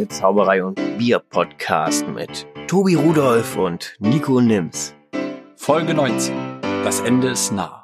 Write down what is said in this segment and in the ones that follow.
der Zauberei und Bier Podcast mit Tobi Rudolph und Nico Nims. Folge 19. Das Ende ist nah.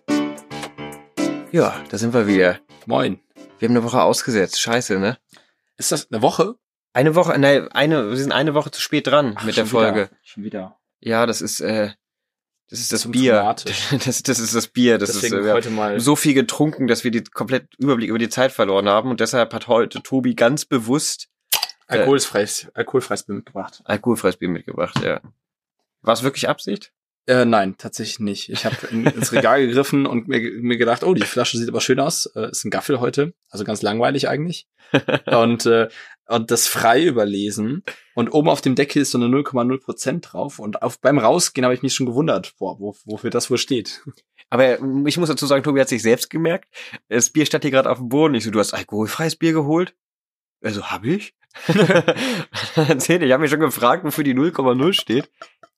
Ja, da sind wir wieder. Moin. Wir haben eine Woche ausgesetzt. Scheiße, ne? Ist das eine Woche? Wir sind eine Woche zu spät dran mit der Folge. Schon wieder. Ja, das ist das Zum Bier. dramatisch. Das ist das Bier. Deswegen Wir heute haben mal so viel getrunken, dass wir die komplett Überblick über die Zeit verloren haben. Und deshalb hat heute Tobi ganz bewusst alkoholfreies Bier mitgebracht. alkoholfreies Bier mitgebracht. Ja. War es wirklich Absicht? Nein, tatsächlich nicht. Ich habe ins Regal gegriffen und mir gedacht, oh, die Flasche sieht aber schön aus. Ist ein Gaffel heute, also ganz langweilig eigentlich. Und das frei überlesen. Und oben auf dem Deckel ist so eine 0,0% drauf. Und beim Rausgehen habe ich mich schon gewundert, wofür das wohl steht. Aber ich muss dazu sagen, Tobi hat sich selbst gemerkt. Das Bier stand hier gerade auf dem Boden. Ich so, du hast alkoholfreies Bier geholt? Also, hab ich? Erzähl, ich habe mich schon gefragt, wofür die 0,0 steht.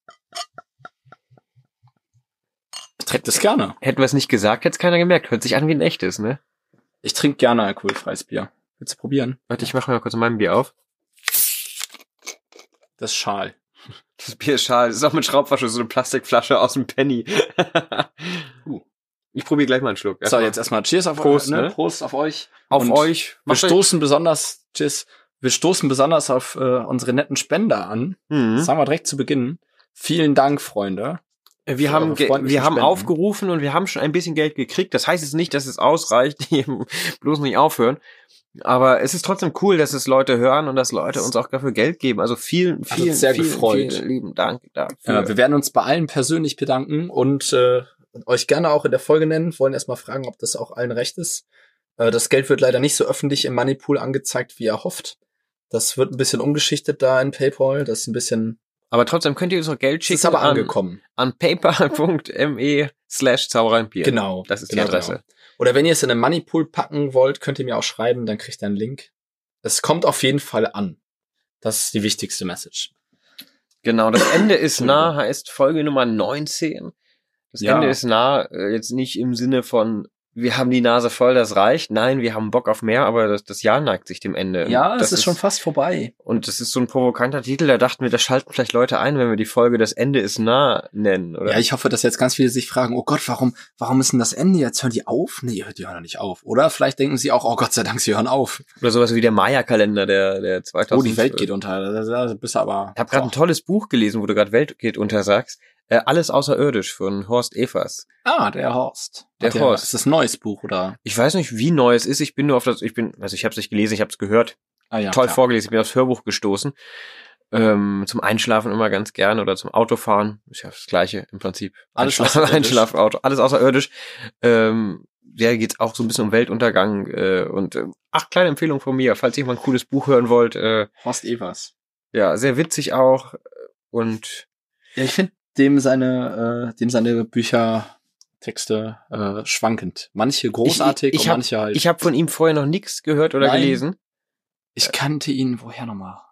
Ich trinke das gerne. Hätten wir es nicht gesagt, hätte es keiner gemerkt. Hört sich an wie ein echtes, ne? Ich trinke gerne alkoholfreies Bier. Willst du probieren? Warte, ich mache mal kurz mein Bier auf. Das Schal. Das Bier ist schal. Das ist auch mit Schraubverschluss, so eine Plastikflasche aus dem Penny. Ich probiere gleich mal einen Schluck. So, jetzt erstmal Cheers auf Prost, euch, ne? ne? Prost auf euch. Auf Und euch. Wir stoßen besonders auf unsere netten Spender an. Das sagen wir direkt zu Beginn. Vielen Dank, Freunde. Wir haben Spenden. aufgerufen und wir haben schon ein bisschen Geld gekriegt. Das heißt jetzt nicht, dass es ausreicht, die bloß nicht aufhören. Aber es ist trotzdem cool, dass es Leute hören und dass Leute uns auch dafür Geld geben. Also vielen lieben Dank dafür. Wir werden uns bei allen persönlich bedanken und euch gerne auch in der Folge nennen. Wollen erstmal fragen, ob das auch allen recht ist. Das Geld wird leider nicht so öffentlich im Moneypool angezeigt, wie er hofft. Das wird ein bisschen umgeschichtet da in PayPal. Das ist ein bisschen... Aber trotzdem könnt ihr uns noch Geld schicken. Ist aber angekommen. An paypal.me/Zaubereibier. Genau. Das ist die Adresse. Genau. Oder wenn ihr es in einen Moneypool packen wollt, könnt ihr mir auch schreiben, dann kriegt ihr einen Link. Es kommt auf jeden Fall an. Das ist die wichtigste Message. Genau, das Ende ist nah, heißt Folge Nummer 19. Das Ende ist nah, jetzt nicht im Sinne von, wir haben die Nase voll, das reicht. Nein, wir haben Bock auf mehr, aber das Jahr neigt sich dem Ende. Ja, das ist schon fast vorbei. Und das ist so ein provokanter Titel, da dachten wir, da schalten vielleicht Leute ein, wenn wir die Folge Das Ende ist nah nennen, oder? Ja, ich hoffe, dass jetzt ganz viele sich fragen, oh Gott, warum ist denn das Ende jetzt? Hören die auf? Nee, die hören doch nicht auf. Oder vielleicht denken sie auch, oh Gott sei Dank, sie hören auf. Oder sowas wie der Maya-Kalender, der 2000. Oh, die Welt geht unter. Da bist du aber... Ich habe gerade ein tolles Buch gelesen, wo du gerade Welt geht unter sagst. Alles außerirdisch von Horst Evers. Ah, der Horst. Horst. Ist das ein neues Buch, oder? Ich weiß nicht, wie neu es ist. Ich habe es nicht gelesen, ich habe es gehört. Ah, ja, Toll klar. vorgelesen, ich bin aufs Hörbuch gestoßen. Zum Einschlafen immer ganz gern oder zum Autofahren. Ist ja das Gleiche im Prinzip. Alles außerirdisch. Einschlafauto, alles außerirdisch. Der geht's auch so ein bisschen um Weltuntergang kleine Empfehlung von mir, falls ihr mal ein cooles Buch hören wollt. Horst Evers. Ja, sehr witzig auch und Ja, ich finde dem seine Bücher, Texte schwankend. Manche großartig und manche halt. Ich habe von ihm vorher noch nichts gehört oder gelesen. Ich kannte ihn, woher nochmal?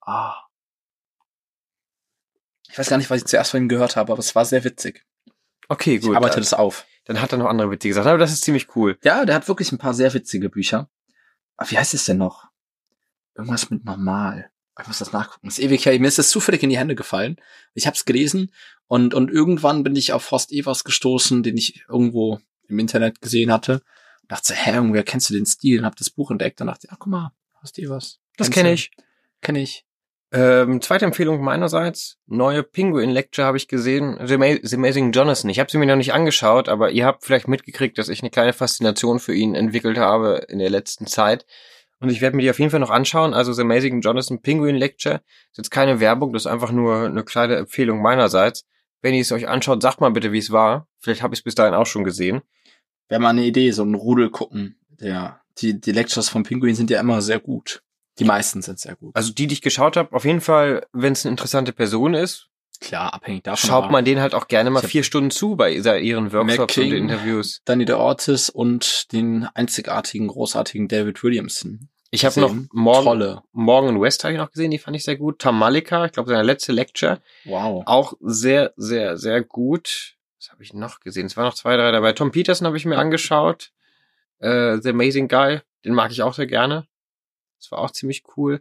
Ich weiß gar nicht, was ich zuerst von ihm gehört habe, aber es war sehr witzig. Okay, gut. Ich arbeite das auf. Dann hat er noch andere witzige Sachen, aber das ist ziemlich cool. Ja, der hat wirklich ein paar sehr witzige Bücher. Aber wie heißt es denn noch? Irgendwas mit normal. Ich muss das nachgucken. Das ist ewig her. Mir ist das zufällig in die Hände gefallen. Ich habe es gelesen und irgendwann bin ich auf Horst Evers gestoßen, den ich irgendwo im Internet gesehen hatte. Und dachte, irgendwer kennst du den Stil? Und habe das Buch entdeckt und dachte, guck mal, Horst Evers. Das kenne ich. Kenne ich. Zweite Empfehlung meinerseits. Neue Penguin Lecture habe ich gesehen. The Amazing Jonathan. Ich habe sie mir noch nicht angeschaut, aber ihr habt vielleicht mitgekriegt, dass ich eine kleine Faszination für ihn entwickelt habe in der letzten Zeit. Und ich werde mir die auf jeden Fall noch anschauen. Also The Amazing Jonathan Penguin Lecture. Ist jetzt keine Werbung, das ist einfach nur eine kleine Empfehlung meinerseits. Wenn ihr es euch anschaut, sagt mal bitte, wie es war. Vielleicht habe ich es bis dahin auch schon gesehen. Wäre mal eine Idee, so ein Rudel gucken. Die Lectures von Penguin sind ja immer sehr gut. Die meisten sind sehr gut. Also die ich geschaut habe, auf jeden Fall, wenn es eine interessante Person ist, klar, abhängig davon. Schaut man denen halt auch gerne mal 4 Stunden zu bei ihren Workshops King, und Interviews. Danny DeOrtiz und den einzigartigen, großartigen David Williamson. Ich habe noch Morgan West habe ich noch gesehen, die fand ich sehr gut. Tom Malika, ich glaube seine letzte Lecture. Wow. Auch sehr, sehr, sehr gut. Was habe ich noch gesehen? Es waren noch 2, 3 dabei. Tom Peterson habe ich mir angeschaut. The Amazing Guy, den mag ich auch sehr gerne. Das war auch ziemlich cool.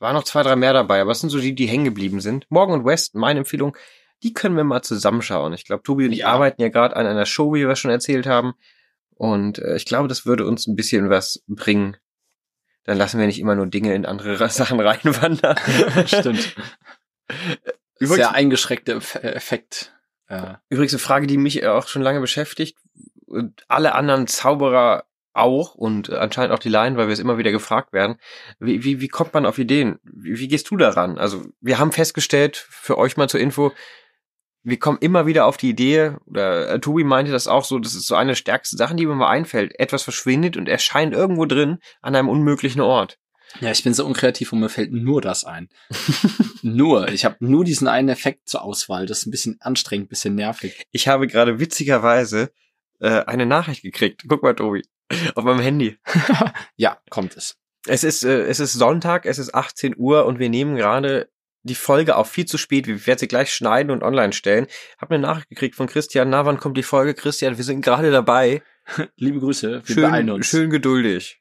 waren noch 2, 3 mehr dabei, aber es sind so die hängen geblieben sind. Morgan und West, meine Empfehlung, die können wir mal zusammenschauen. Ich glaube, Tobi und ich arbeiten ja gerade an einer Show, wie wir schon erzählt haben. Und ich glaube, das würde uns ein bisschen was bringen. Dann lassen wir nicht immer nur Dinge in andere Sachen reinwandern. Stimmt. Sehr eingeschränkter Effekt. Übrigens eine Frage, die mich auch schon lange beschäftigt und alle anderen Zauberer auch und anscheinend auch die Laien, weil wir es immer wieder gefragt werden. Wie kommt man auf Ideen? Wie gehst du daran? Also wir haben festgestellt, für euch mal zur Info, wir kommen immer wieder auf die Idee, oder Tobi meinte das auch so, das ist so eine der stärksten Sachen, die mir mal einfällt. Etwas verschwindet und erscheint irgendwo drin an einem unmöglichen Ort. Ja, ich bin so unkreativ und mir fällt nur das ein. Ich habe nur diesen einen Effekt zur Auswahl. Das ist ein bisschen anstrengend, ein bisschen nervig. Ich habe gerade witzigerweise eine Nachricht gekriegt. Guck mal, Tobi, auf meinem Handy. Ja, kommt es. Es ist Sonntag, es ist 18 Uhr und wir nehmen gerade die Folge auf viel zu spät. Wir werden sie gleich schneiden und online stellen. Hab eine Nachricht gekriegt von Christian. Na, wann kommt die Folge? Christian, wir sind gerade dabei. Liebe Grüße, wir beeilen uns. Schön geduldig.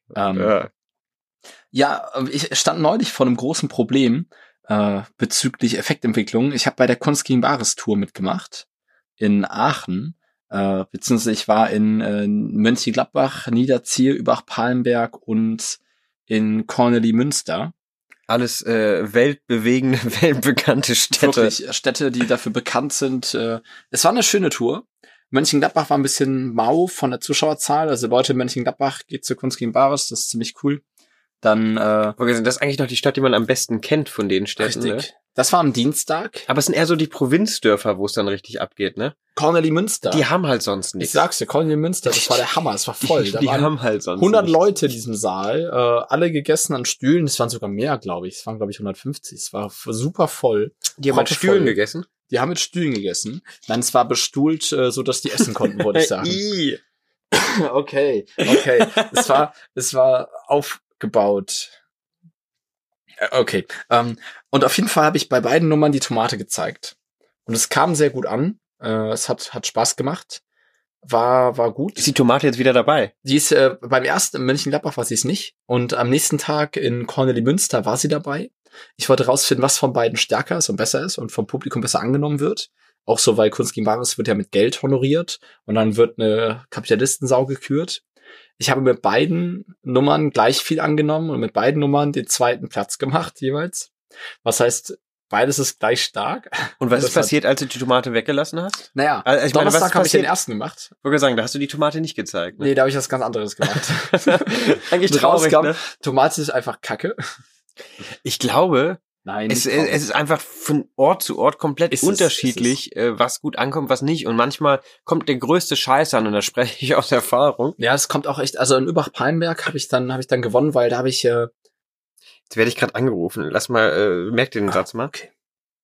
Ja, ich stand neulich vor einem großen Problem bezüglich Effektentwicklung. Ich habe bei der Kunst gegen Bares Tour mitgemacht in Aachen, beziehungsweise ich war in Mönchengladbach, Niederzier, Übach-Palenberg und in Kornelimünster. Alles weltbewegende, weltbekannte Städte. Wirklich, Städte, die dafür bekannt sind. Es war eine schöne Tour. Mönchengladbach war ein bisschen mau von der Zuschauerzahl. Also Leute in Mönchengladbach, geht zur Kunst gegen Bares, das ist ziemlich cool. Dann das ist eigentlich noch die Stadt, die man am besten kennt von den Städten. Richtig. Ne? Das war am Dienstag. Aber es sind eher so die Provinzdörfer, wo es dann richtig abgeht, ne? Kornelimünster. Die haben halt sonst nichts. Ich sag's dir, Kornelimünster, das war der Hammer, es war voll. Die haben halt sonst 100 nichts. Leute in diesem Saal, alle gegessen an Stühlen. Es waren sogar mehr, glaube ich. Es waren, glaube ich, 150. Es war super voll. Die haben mit Stühlen gegessen? Die haben mit Stühlen gegessen. Nein, es war bestuhlt, so dass die essen konnten, wollte ich sagen. Okay. Es war aufgebaut. Okay. Und auf jeden Fall habe ich bei beiden Nummern die Tomate gezeigt. Und es kam sehr gut an. Es hat Spaß gemacht. War gut. Ist die Tomate jetzt wieder dabei? Die ist beim ersten in Mönchengladbach war sie es nicht. Und am nächsten Tag in Kornelimünster war sie dabei. Ich wollte rausfinden, was von beiden stärker ist und besser ist und vom Publikum besser angenommen wird. Auch so, weil Kunst gegen Bares wird ja mit Geld honoriert und dann wird eine Kapitalistensau gekürt. Ich habe mit beiden Nummern gleich viel angenommen und mit beiden Nummern den zweiten Platz gemacht jeweils. Was heißt, beides ist gleich stark. Und was ist passiert, als du die Tomate weggelassen hast? Naja, also ich meine, Donnerstag habe ich den ersten gemacht. Ich würde sagen, da hast du die Tomate nicht gezeigt. Ne? Nee, da habe ich was ganz anderes gemacht. Eigentlich traurig, ne? Tomate ist einfach Kacke. Ich glaube, Nein, es ist einfach von Ort zu Ort komplett unterschiedlich, was gut ankommt, was nicht. Und manchmal kommt der größte Scheiß an und da spreche ich aus Erfahrung. Ja, es kommt auch echt, also in Übach-Palenberg habe ich dann gewonnen, weil da habe ich Jetzt werde ich gerade angerufen. Lass mal, merk den Satz mal. Okay.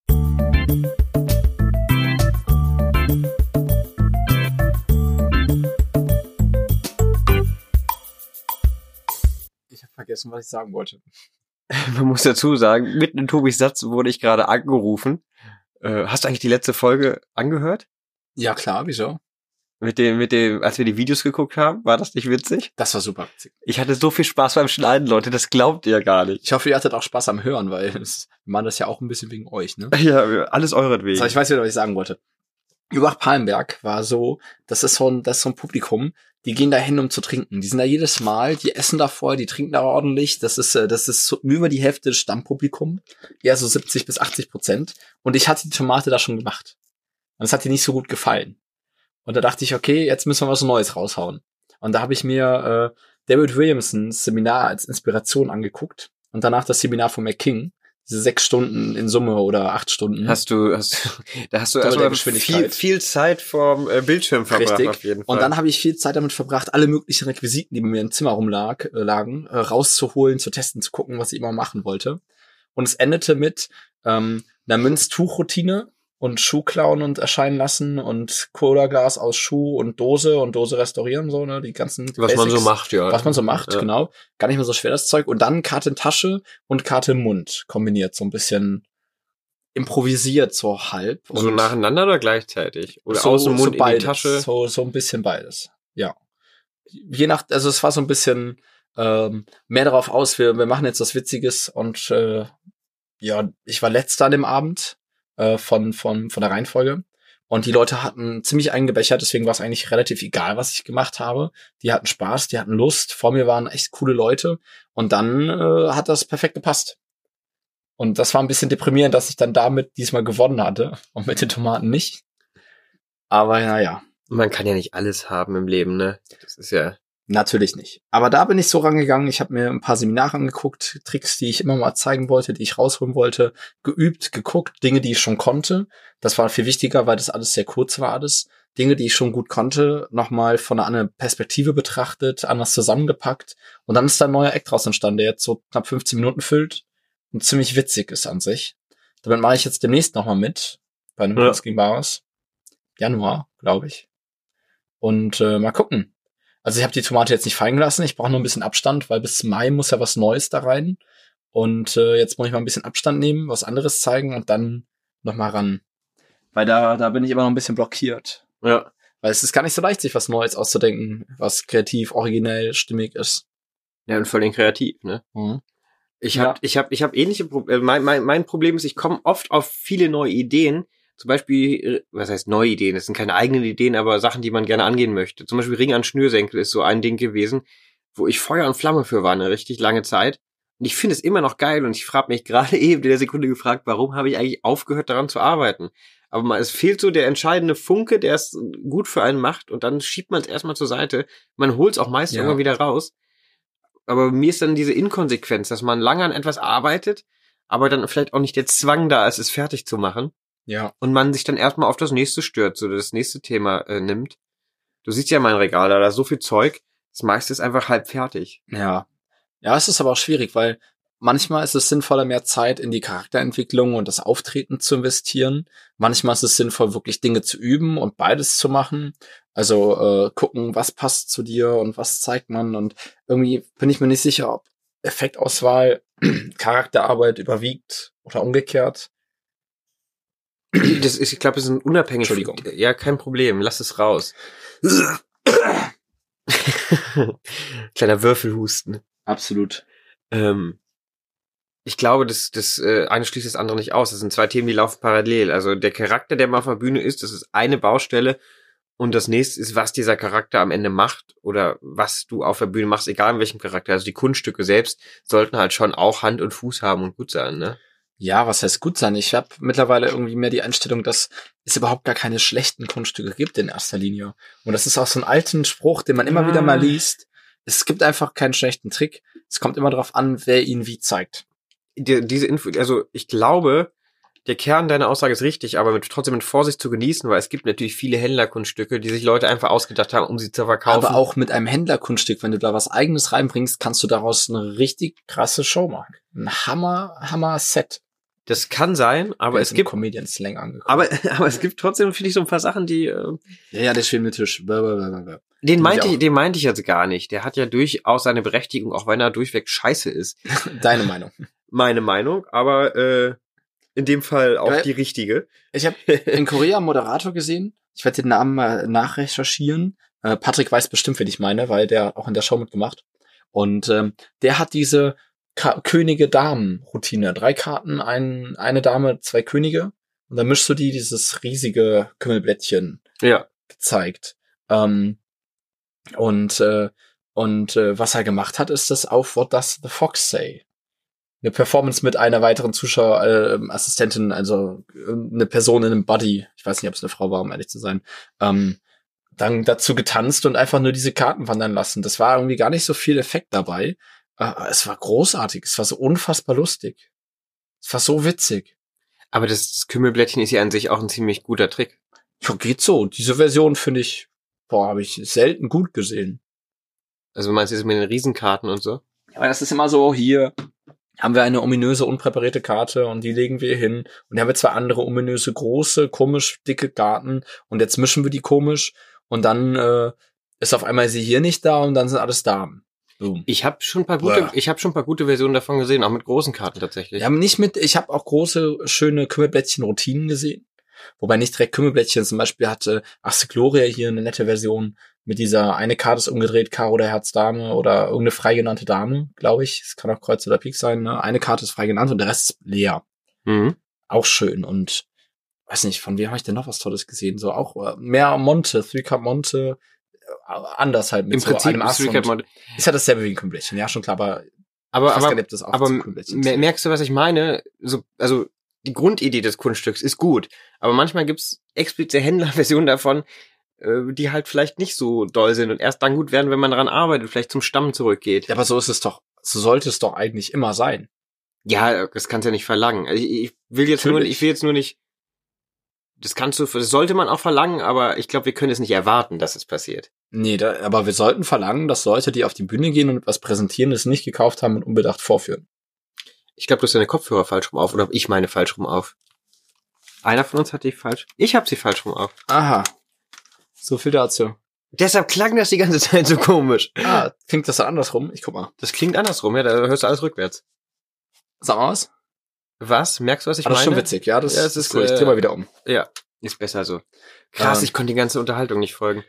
Ich habe vergessen, was ich sagen wollte. Man muss dazu sagen, mitten in Tobis Satz wurde ich gerade angerufen. Hast du eigentlich die letzte Folge angehört? Ja, klar, wieso? Mit dem, als wir die Videos geguckt haben, war das nicht witzig? Das war super witzig. Ich hatte so viel Spaß beim Schneiden, Leute, das glaubt ihr gar nicht. Ich hoffe, ihr hattet auch Spaß am Hören, weil wir machen das ja auch ein bisschen wegen euch, ne? Ja, alles euretwegen. So, ich weiß wieder, was ich sagen wollte. Übach-Palenberg war so, das ist so ein Publikum, die gehen da hin, um zu trinken. Die sind da jedes Mal, die essen da voll, die trinken da ordentlich. Das ist so über die Hälfte des Stammpublikum. Eher so 70-80%. Und ich hatte die Tomate da schon gemacht. Und es hat dir nicht so gut gefallen. Und da dachte ich, okay, jetzt müssen wir was Neues raushauen. Und da habe ich mir David Williamsons Seminar als Inspiration angeguckt. Und danach das Seminar von McKing. Diese 6 Stunden in Summe oder 8 Stunden. Da hast du erstmal viel Zeit vorm Bildschirm verbracht. Richtig. Auf jeden Fall. Und dann habe ich viel Zeit damit verbracht, alle möglichen Requisiten, die bei mir im Zimmer lagen, rauszuholen, zu testen, zu gucken, was ich immer machen wollte. Und es endete mit einer Münztuchroutine und Schuh klauen und erscheinen lassen und Cola-Glas aus Schuh und Dose restaurieren, so, ne, die ganzen was Basics, man so macht, ja. Was man so macht, ja. Genau. Gar nicht mehr so schwer, das Zeug. Und dann Karte in Tasche und Karte im Mund kombiniert, so ein bisschen improvisiert, so halb. So und nacheinander oder gleichzeitig? Oder so, aus dem Mund so beides, in die Tasche? So ein bisschen beides, ja. Also es war so ein bisschen mehr darauf aus, wir machen jetzt was Witziges und ja, ich war letzter an dem Abend von der Reihenfolge und die Leute hatten ziemlich eingebechert, deswegen war es eigentlich relativ egal, was ich gemacht habe. Die hatten Spaß, die hatten Lust, vor mir waren echt coole Leute und dann hat das perfekt gepasst. Und das war ein bisschen deprimierend, dass ich dann damit diesmal gewonnen hatte und mit den Tomaten nicht. Aber naja. Man kann ja nicht alles haben im Leben, ne? Das ist ja... Natürlich nicht. Aber da bin ich so rangegangen, ich habe mir ein paar Seminare angeguckt, Tricks, die ich immer mal zeigen wollte, die ich rausholen wollte, geübt, geguckt, Dinge, die ich schon konnte. Das war viel wichtiger, weil das alles sehr kurz war alles. Dinge, die ich schon gut konnte, nochmal von einer anderen Perspektive betrachtet, anders zusammengepackt. Und dann ist da ein neuer Act draus entstanden, der jetzt so knapp 15 Minuten füllt und ziemlich witzig ist an sich. Damit mache ich jetzt demnächst nochmal mit, bei einem Kunst gegen Bares. Januar, glaube ich. Und mal gucken. Also ich habe die Tomate jetzt nicht fallen gelassen, ich brauche nur ein bisschen Abstand, weil bis Mai muss ja was Neues da rein. Und jetzt muss ich mal ein bisschen Abstand nehmen, was anderes zeigen und dann nochmal ran. Weil da bin ich immer noch ein bisschen blockiert. Ja. Weil es ist gar nicht so leicht, sich was Neues auszudenken, was kreativ, originell, stimmig ist. Ja, und völlig kreativ, ne? Mhm. Ich hab ähnliche Probleme. Mein Problem ist, ich komme oft auf viele neue Ideen. Zum Beispiel, was heißt neue Ideen? Das sind keine eigenen Ideen, aber Sachen, die man gerne angehen möchte. Zum Beispiel Ring an Schnürsenkel ist so ein Ding gewesen, wo ich Feuer und Flamme für war eine richtig lange Zeit. Und ich finde es immer noch geil und ich frage mich gerade eben in der Sekunde gefragt, warum habe ich eigentlich aufgehört, daran zu arbeiten? Aber es fehlt so der entscheidende Funke, der es gut für einen macht und dann schiebt man es erstmal zur Seite. Man holt es auch meist irgendwann wieder raus. Aber mir ist dann diese Inkonsequenz, dass man lange an etwas arbeitet, aber dann vielleicht auch nicht der Zwang da ist, es fertig zu machen. Ja. Und man sich dann erstmal auf das nächste stürzt oder das nächste Thema nimmt. Du siehst ja mein Regal, da ist so viel Zeug, das meiste ist einfach halb fertig. Ja. Ja, es ist aber auch schwierig, weil manchmal ist es sinnvoller, mehr Zeit in die Charakterentwicklung und das Auftreten zu investieren. Manchmal ist es sinnvoll, wirklich Dinge zu üben und beides zu machen. Also gucken, was passt zu dir und was zeigt man. Und irgendwie bin ich mir nicht sicher, ob Effektauswahl Charakterarbeit überwiegt oder umgekehrt. Ich glaube, es sind unabhängig. Entschuldigung. Ja, kein Problem. Lass es raus. Kleiner Würfelhusten. Absolut. Ich glaube, das eine schließt das andere nicht aus. Das sind zwei Themen, die laufen parallel. Also der Charakter, der mal auf der Bühne ist, das ist eine Baustelle. Und das nächste ist, was dieser Charakter am Ende macht oder was du auf der Bühne machst, egal in welchem Charakter. Also die Kunststücke selbst sollten halt schon auch Hand und Fuß haben und gut sein, ne? Ja, was heißt gut sein? Ich habe mittlerweile irgendwie mehr die Einstellung, dass es überhaupt gar keine schlechten Kunststücke gibt in erster Linie. Und das ist auch so ein alten Spruch, den man immer wieder mal liest. Es gibt einfach keinen schlechten Trick. Es kommt immer darauf an, wer ihn wie zeigt. Diese Info, also ich glaube, der Kern deiner Aussage ist richtig, aber trotzdem mit Vorsicht zu genießen, weil es gibt natürlich viele Händlerkunststücke, die sich Leute einfach ausgedacht haben, um sie zu verkaufen. Aber auch mit einem Händlerkunststück, wenn du da was Eigenes reinbringst, kannst du daraus eine richtig krasse Show machen. Ein Hammer-Set. Das kann sein, aber es gibt Comedian-Slang angekommen. Aber es gibt trotzdem, finde ich, so ein paar Sachen, die Ja, der Schwimmeltisch. Den meinte ich jetzt gar nicht. Der hat ja durchaus seine Berechtigung, auch wenn er durchweg scheiße ist. Deine Meinung. Meine Meinung, aber in dem Fall auch die richtige. Ich habe in Korea einen Moderator gesehen. Ich werde den Namen mal nachrecherchieren. Patrick weiß bestimmt, wen ich meine, weil der auch in der Show mitgemacht. Und der hat diese Könige-Damen-Routine. 3 Karten, eine Dame, 2 Könige. Und dann mischst du dieses riesige Kümmelblättchen gezeigt. Und was er gemacht hat, ist das auf What Does the Fox Say? Eine Performance mit einer weiteren Zuschauerassistentin, also eine Person in einem Buddy. Ich weiß nicht, ob es eine Frau war, um ehrlich zu sein. Dann dazu getanzt und einfach nur diese Karten wandern lassen. Das war irgendwie gar nicht so viel Effekt dabei. Es war großartig. Es war so unfassbar lustig. Es war so witzig. Aber das Kümmelblättchen ist ja an sich auch ein ziemlich guter Trick. Ja, geht so. Diese Version finde ich, habe ich selten gut gesehen. Also meinst du jetzt mit den Riesenkarten und so? Ja, aber das ist immer so, hier haben wir eine ominöse, unpräparierte Karte und die legen wir hin. Und dann haben wir 2 andere ominöse, große, komisch dicke Karten und jetzt mischen wir die komisch und dann ist auf einmal sie hier nicht da und dann sind alles Damen. Boom. Ich habe schon ein paar gute Versionen davon gesehen, auch mit großen Karten tatsächlich. Ja, ich habe auch große, schöne Kümmelblättchen-Routinen gesehen. Wobei nicht direkt Kümmelblättchen, zum Beispiel hatte Axe Gloria hier eine nette Version mit dieser eine Karte ist umgedreht, Karo oder Herz Dame oder irgendeine frei genannte Dame, glaube ich. Es kann auch Kreuz oder Pik sein, ne? Eine Karte ist frei genannt und der Rest ist leer. Mhm. Auch schön und weiß nicht, von wem habe ich denn noch was Tolles gesehen? So auch mehr Monte, Three Cup Monte, anders halt mit Im so Prinzip einem Ass. Ist ja dasselbe wie ein Kühnblättchen, ja schon klar, aber merkst du, was ich meine? So, also die Grundidee des Kunststücks ist gut, aber manchmal gibt's explizite Händlerversionen davon, die halt vielleicht nicht so doll sind und erst dann gut werden, wenn man daran arbeitet, vielleicht zum Stamm zurückgeht. Ja, aber so sollte es doch eigentlich immer sein. Ja, das kannst du ja nicht verlangen. Also ich will jetzt nur nicht, das sollte man auch verlangen, aber ich glaube, wir können es nicht erwarten, dass es passiert. Nee, aber wir sollten verlangen, dass Leute, die auf die Bühne gehen und etwas präsentieren, das nicht gekauft haben und unbedacht vorführen. Ich glaube, du hast deine Kopfhörer falsch rum auf, oder ich meine falsch rum auf. Einer von uns hat die falsch. Ich habe sie falsch rum auf. Aha. So viel dazu. Deshalb klang das die ganze Zeit so komisch. Klingt das so andersrum? Ich guck mal. Das klingt andersrum, ja, da hörst du alles rückwärts. Sag mal was. Was? Merkst du, was ich meine? Das ist schon witzig, ja, das ist cool. Ich dreh mal wieder um. Ja, ist besser so. Krass, ich konnte die ganze Unterhaltung nicht folgen.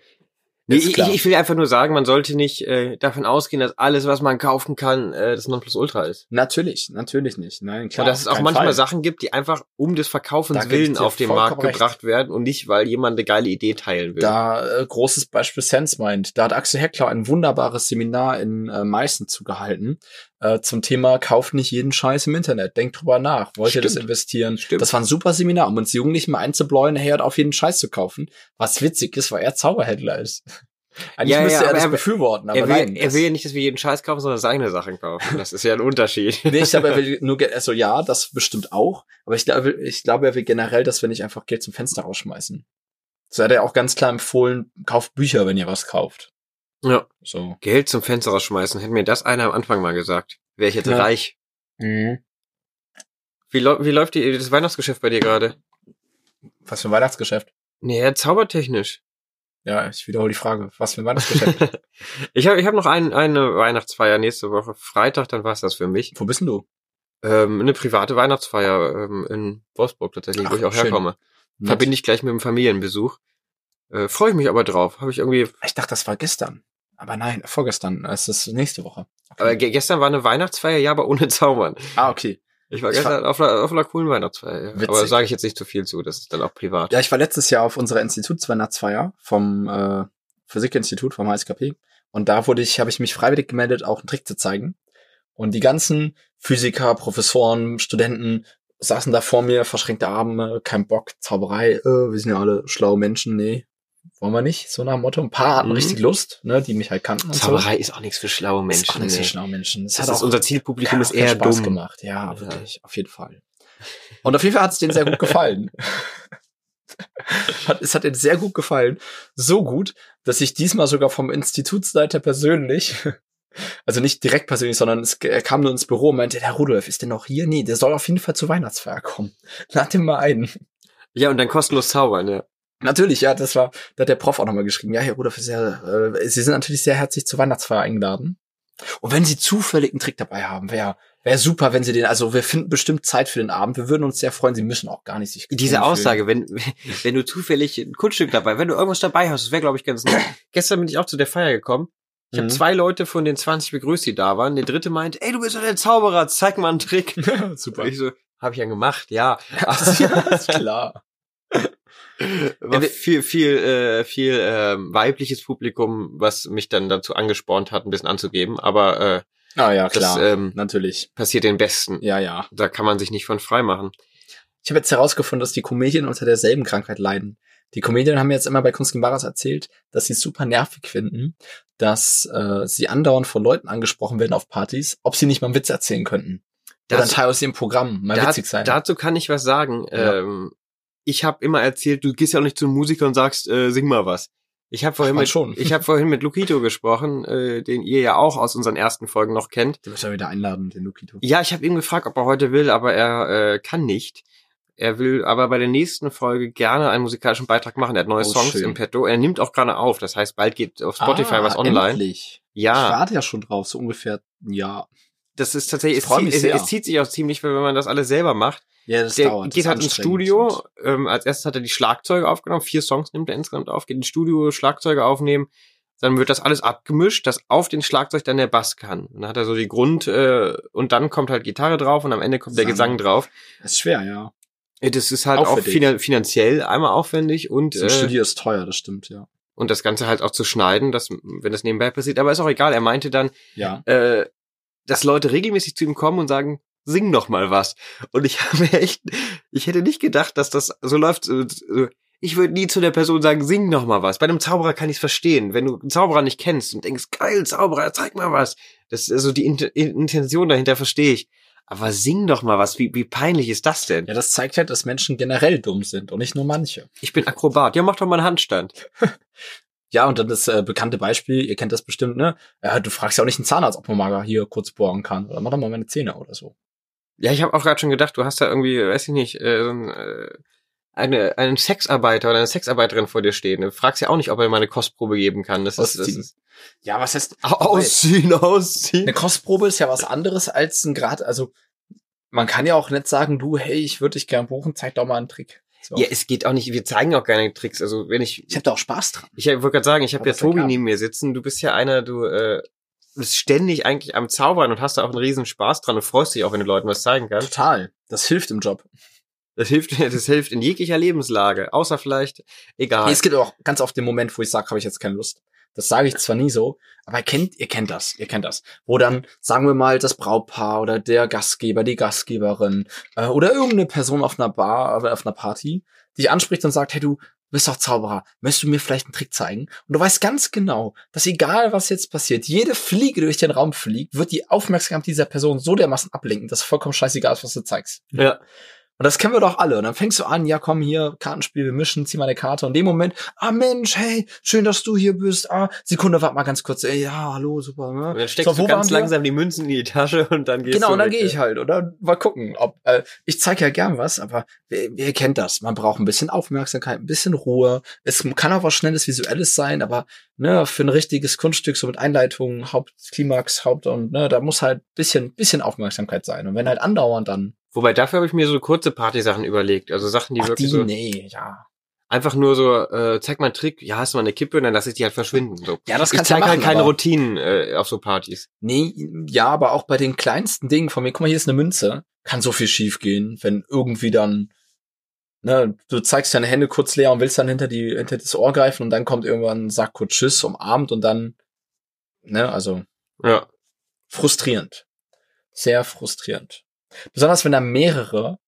Ich will einfach nur sagen, man sollte nicht davon ausgehen, dass alles, was man kaufen kann, das Nonplusultra ist. Natürlich nicht. Nein, klar. Und dass es auch manchmal Sachen gibt, die einfach um des Verkaufens willen auf den Markt gebracht werden und nicht, weil jemand eine geile Idee teilen will. Großes Beispiel SenseMind. Da hat Axel Heckler ein wunderbares Seminar in Meißen zugehalten zum Thema Kauft nicht jeden Scheiß im Internet. Denkt drüber nach. Wollt ihr das investieren? Stimmt. Das war ein super Seminar, um uns Jugendlichen mal einzubläuen, nachher auf jeden Scheiß zu kaufen. Was witzig ist, weil er Zauberhändler ist. Eigentlich müsste er das befürworten, aber nein. Er will ja nicht, dass wir jeden Scheiß kaufen, sondern seine Sachen kaufen. Das ist ja ein Unterschied. Nee, ich glaube, er will nur, also ja, das bestimmt auch. Aber ich glaube, er will generell, dass wir nicht einfach Geld zum Fenster rausschmeißen. So hat er auch ganz klar empfohlen, kauft Bücher, wenn ihr was kauft. Ja. So. Geld zum Fenster rausschmeißen. Hätte mir das einer am Anfang mal gesagt. Wäre ich jetzt reich. Mhm. Wie läuft das Weihnachtsgeschäft bei dir gerade? Was für ein Weihnachtsgeschäft? Nee, zaubertechnisch. Ja, ich wiederhole die Frage. Was für ein Weihnachtsgeschäft? Ich hab noch eine Weihnachtsfeier nächste Woche. Freitag, dann war's das für mich. Wo bist denn du? Eine private Weihnachtsfeier in Wolfsburg tatsächlich, wo ich auch herkomme. Verbinde ich gleich mit dem Familienbesuch. Freue ich mich aber drauf. Ich dachte, das war gestern. Aber nein, vorgestern. Es ist nächste Woche. Okay. Aber gestern war eine Weihnachtsfeier, ja, aber ohne Zaubern. Okay. Ich war gestern auf einer coolen Weihnachtsfeier. Ja. Aber sage ich jetzt nicht zu viel zu, das ist dann auch privat. Ja, ich war letztes Jahr auf unserer Institutsweihnachtsfeier vom Physikinstitut, vom HSKP. Und da habe ich mich freiwillig gemeldet, auch einen Trick zu zeigen. Und die ganzen Physiker, Professoren, Studenten saßen da vor mir, verschränkte Arme, kein Bock, Zauberei, wir sind ja alle schlaue Menschen, nee, wollen wir nicht, so nach dem Motto. Ein paar hatten richtig Lust, ne, die mich halt kannten. Zauberei ist auch nichts für schlaue Menschen. Ist auch nichts für schlaue Menschen. Das hat auch unser Zielpublikum ist eher Spaß dumm gemacht. Ja, wirklich, auf jeden Fall. Und auf jeden Fall hat es denen sehr gut gefallen. Es hat denen sehr gut gefallen. So gut, dass ich diesmal sogar vom Institutsleiter persönlich, also nicht direkt persönlich, sondern er kam nur ins Büro und meinte, Herr Rudolf, ist der noch hier? Nee, der soll auf jeden Fall zur Weihnachtsfeier kommen. Lad den mal ein. Ja, und dann kostenlos zaubern, ja. Natürlich, ja, da hat der Prof auch nochmal geschrieben. Ja, Herr Rudolf, Sie sind natürlich sehr herzlich zur Weihnachtsfeier eingeladen. Und wenn Sie zufällig einen Trick dabei haben, wäre super, wenn Sie also wir finden bestimmt Zeit für den Abend. Wir würden uns sehr freuen. Sie müssen auch gar nicht sich diese Aussage, wenn du zufällig ein Kunststück dabei, wenn du irgendwas dabei hast, das wäre, glaube ich, ganz nett. Gestern bin ich auch zu der Feier gekommen. Ich habe 2 Leute von den 20 begrüßt, die da waren. Der dritte meint, ey, du bist doch der Zauberer, zeig mal einen Trick. Super. Und ich so, hab ich ja gemacht, ja. Ja, ist klar. War viel weibliches Publikum, was mich dann dazu angespornt hat, ein bisschen anzugeben, aber ja, klar, das, natürlich. Passiert den Besten. Ja. Da kann man sich nicht von frei machen. Ich habe jetzt herausgefunden, dass die Comedien unter derselben Krankheit leiden. Die Comedien haben mir jetzt immer bei Kunst gegen Bares erzählt, dass sie es super nervig finden, dass sie andauernd von Leuten angesprochen werden auf Partys, ob sie nicht mal einen Witz erzählen könnten. Oder ein Teil aus ihrem Programm mal witzig sein. Dazu kann ich was sagen. Ja. Ich habe immer erzählt, du gehst ja auch nicht zum Musiker und sagst, sing mal was. Ich habe vorhin mit Lukito gesprochen, den ihr ja auch aus unseren ersten Folgen noch kennt. Du wirst ja wieder einladen, den Lukito. Ja, ich habe ihn gefragt, ob er heute will, aber er kann nicht. Er will aber bei der nächsten Folge gerne einen musikalischen Beitrag machen. Er hat neue Songs im Petto. Er nimmt auch gerade auf. Das heißt, bald geht auf Spotify was online. Endlich. Ja. Ich warte ja schon drauf, so ungefähr ein Jahr. Das ist tatsächlich, es zieht sich auch ziemlich, wenn man das alles selber macht. Ja, das der dauert. Geht halt ins Studio. Als erstes hat er die Schlagzeuge aufgenommen. 4 Songs nimmt er insgesamt auf. Geht ins Studio, Schlagzeuge aufnehmen. dann wird das alles abgemischt, dass auf den Schlagzeug dann der Bass kann. Und dann hat er so die und dann kommt halt Gitarre drauf und am Ende kommt der Gesang drauf. Das ist schwer, ja. Das ist halt Aufwendig. auch finanziell einmal aufwendig und So ein Studio ist teuer, das stimmt, ja. und das Ganze halt auch zu schneiden, wenn das nebenbei passiert. Aber ist auch egal. Er meinte dann, Ja. dass Leute regelmäßig zu ihm kommen und sagen, sing doch mal was. Und ich hätte nicht gedacht, dass das so läuft. Ich würde nie zu der Person sagen, sing doch mal was. Bei einem Zauberer kann ich es verstehen. Wenn du einen Zauberer nicht kennst und denkst, geil, Zauberer, zeig mal was. Das ist also die Intention dahinter verstehe ich. Aber sing doch mal was. Wie peinlich ist das denn? Ja, das zeigt halt, dass Menschen generell dumm sind und nicht nur manche. Ich bin Akrobat. Ja, mach doch mal einen Handstand. Ja, und dann das bekannte Beispiel, ihr kennt das bestimmt, ne? Ja, du fragst ja auch nicht einen Zahnarzt, ob man mal hier kurz bohren kann. Oder mach doch mal meine Zähne oder so. Ja, ich habe auch gerade schon gedacht, du hast da irgendwie, weiß ich nicht, einen Sexarbeiter oder eine Sexarbeiterin vor dir stehen. Du fragst ja auch nicht, ob er mal eine Kostprobe geben kann. Das ist ja, was heißt Ausziehen. Eine Kostprobe ist ja was anderes als ein Grad. Also man kann ja auch nicht sagen, du, hey, ich würde dich gern buchen, zeig doch mal einen Trick. So. Ja, es geht auch nicht, wir zeigen auch keine Tricks. Also wenn ich habe da auch Spaß dran. Ich wollte gerade sagen, ich habe ja das ist ja Tobi klar. neben mir sitzen. Du bist ja einer, du bist ständig eigentlich am Zaubern und hast da auch einen riesen Spaß dran und freust dich auch, wenn du Leuten was zeigen kannst. Total. Das hilft im Job. Das hilft in jeglicher Lebenslage. Außer vielleicht, egal. Es gibt auch ganz oft den Moment, wo ich sage, habe ich jetzt keine Lust. Das sage ich zwar nie so, aber ihr kennt das. Wo dann, sagen wir mal, das Brautpaar oder der Gastgeber, die Gastgeberin oder irgendeine Person auf einer Bar, auf einer Party, dich anspricht und sagt, hey, du bist doch Zauberer, möchtest du mir vielleicht einen Trick zeigen? Und du weißt ganz genau, dass egal was jetzt passiert, jede Fliege, die durch den Raum fliegt, wird die Aufmerksamkeit dieser Person so dermaßen ablenken, dass vollkommen scheißegal ist, was du zeigst. Ja. Und das kennen wir doch alle. Und dann fängst du an, ja komm hier, Kartenspiel, wir mischen, zieh mal eine Karte. Und in dem Moment, Mensch, hey, schön, dass du hier bist. Sekunde, warte mal ganz kurz. Ja, hallo, super. Ne? Und dann steckst du ganz langsam die Münzen in die Tasche und dann gehst du Genau, und dann weg. gehe ich halt, oder? Mal gucken. Ich zeige ja gern was, aber wer kennt das? Man braucht ein bisschen Aufmerksamkeit, ein bisschen Ruhe. Es kann auch was Schnelles, Visuelles sein, aber ne, für ein richtiges Kunststück, so mit Einleitung, Hauptklimax, und ne, da muss halt bisschen Aufmerksamkeit sein. Und wenn halt andauernd dann Wobei, dafür habe ich mir so kurze Partysachen überlegt. Also Sachen, die wirklich so... Nee, ja. Einfach nur so, zeig mal einen Trick, ja, hast du mal eine Kippe und dann lasse ich die halt verschwinden. So. Ja, das ich kannst du zeige machen, halt keine aber- Routinen auf so Partys. Nee, ja, aber auch bei den kleinsten Dingen von mir, guck mal, hier ist eine Münze, kann so viel schief gehen, wenn irgendwie dann, ne, du zeigst deine Hände kurz leer und willst dann hinter das Ohr greifen und dann kommt irgendwann, sag kurz Tschüss, umarmt und dann, ne, also Ja. frustrierend. Sehr frustrierend. Besonders wenn da mehrere,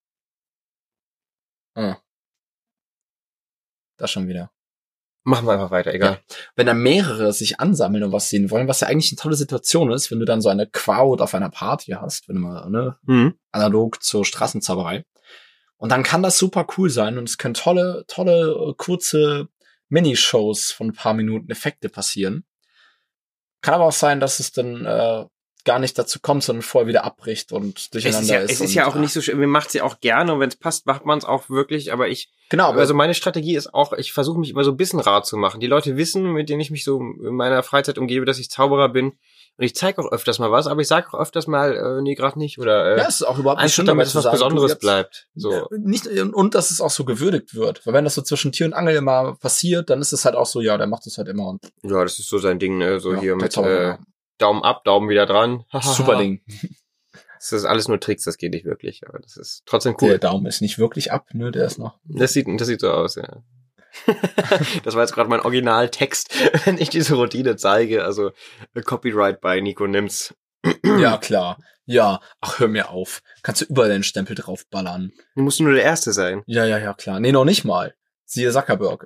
das schon wieder. Machen wir einfach weiter, egal. Wenn da mehrere sich ansammeln und was sehen wollen, was ja eigentlich eine tolle Situation ist, wenn du dann so eine Crowd auf einer Party hast, wenn du mal, ne, analog zur Straßenzauberei. Und dann kann das super cool sein und es können tolle, kurze Minishows von ein paar Minuten Effekte passieren. Kann aber auch sein, dass es dann gar nicht dazu kommt, sondern vorher wieder abbricht und durcheinander ist. Es ist ja auch nicht so schön. Mir macht's ja auch gerne und wenn es passt, macht man es auch wirklich. Aber Genau, also meine Strategie ist auch, ich versuche mich immer so ein bisschen rar zu machen. Die Leute wissen, mit denen ich mich so in meiner Freizeit umgebe, dass ich Zauberer bin. Und ich zeige auch öfters mal was, aber ich sage auch öfters mal, nee, gerade nicht. Oder ja, es ist auch überhaupt nicht einfach schlimm, damit dabei es zu was sagen, Besonderes du jetzt- bleibt. So. Nicht, und dass es auch so gewürdigt wird. Weil wenn das so zwischen Tür und Angel immer passiert, dann ist es halt auch so, ja, der macht es halt immer. Und Ja, das ist so sein Ding, ne? So ja, hier der mit Zauberer. Daumen ab, Daumen wieder dran. Super Ding. Das ist alles nur Tricks, das geht nicht wirklich. Aber das ist trotzdem Der cool. Daumen ist nicht wirklich ab, ne, der ist noch. Das sieht so aus, ja. Das war jetzt gerade mein Originaltext, wenn ich diese Routine zeige. Also Copyright bei Nico Nims. Ja, klar. Ja, ach, hör mir auf. Kannst du überall den Stempel draufballern. Du musst nur der Erste sein. Ja, klar. Nee, noch nicht mal. Siehe Zuckerberg.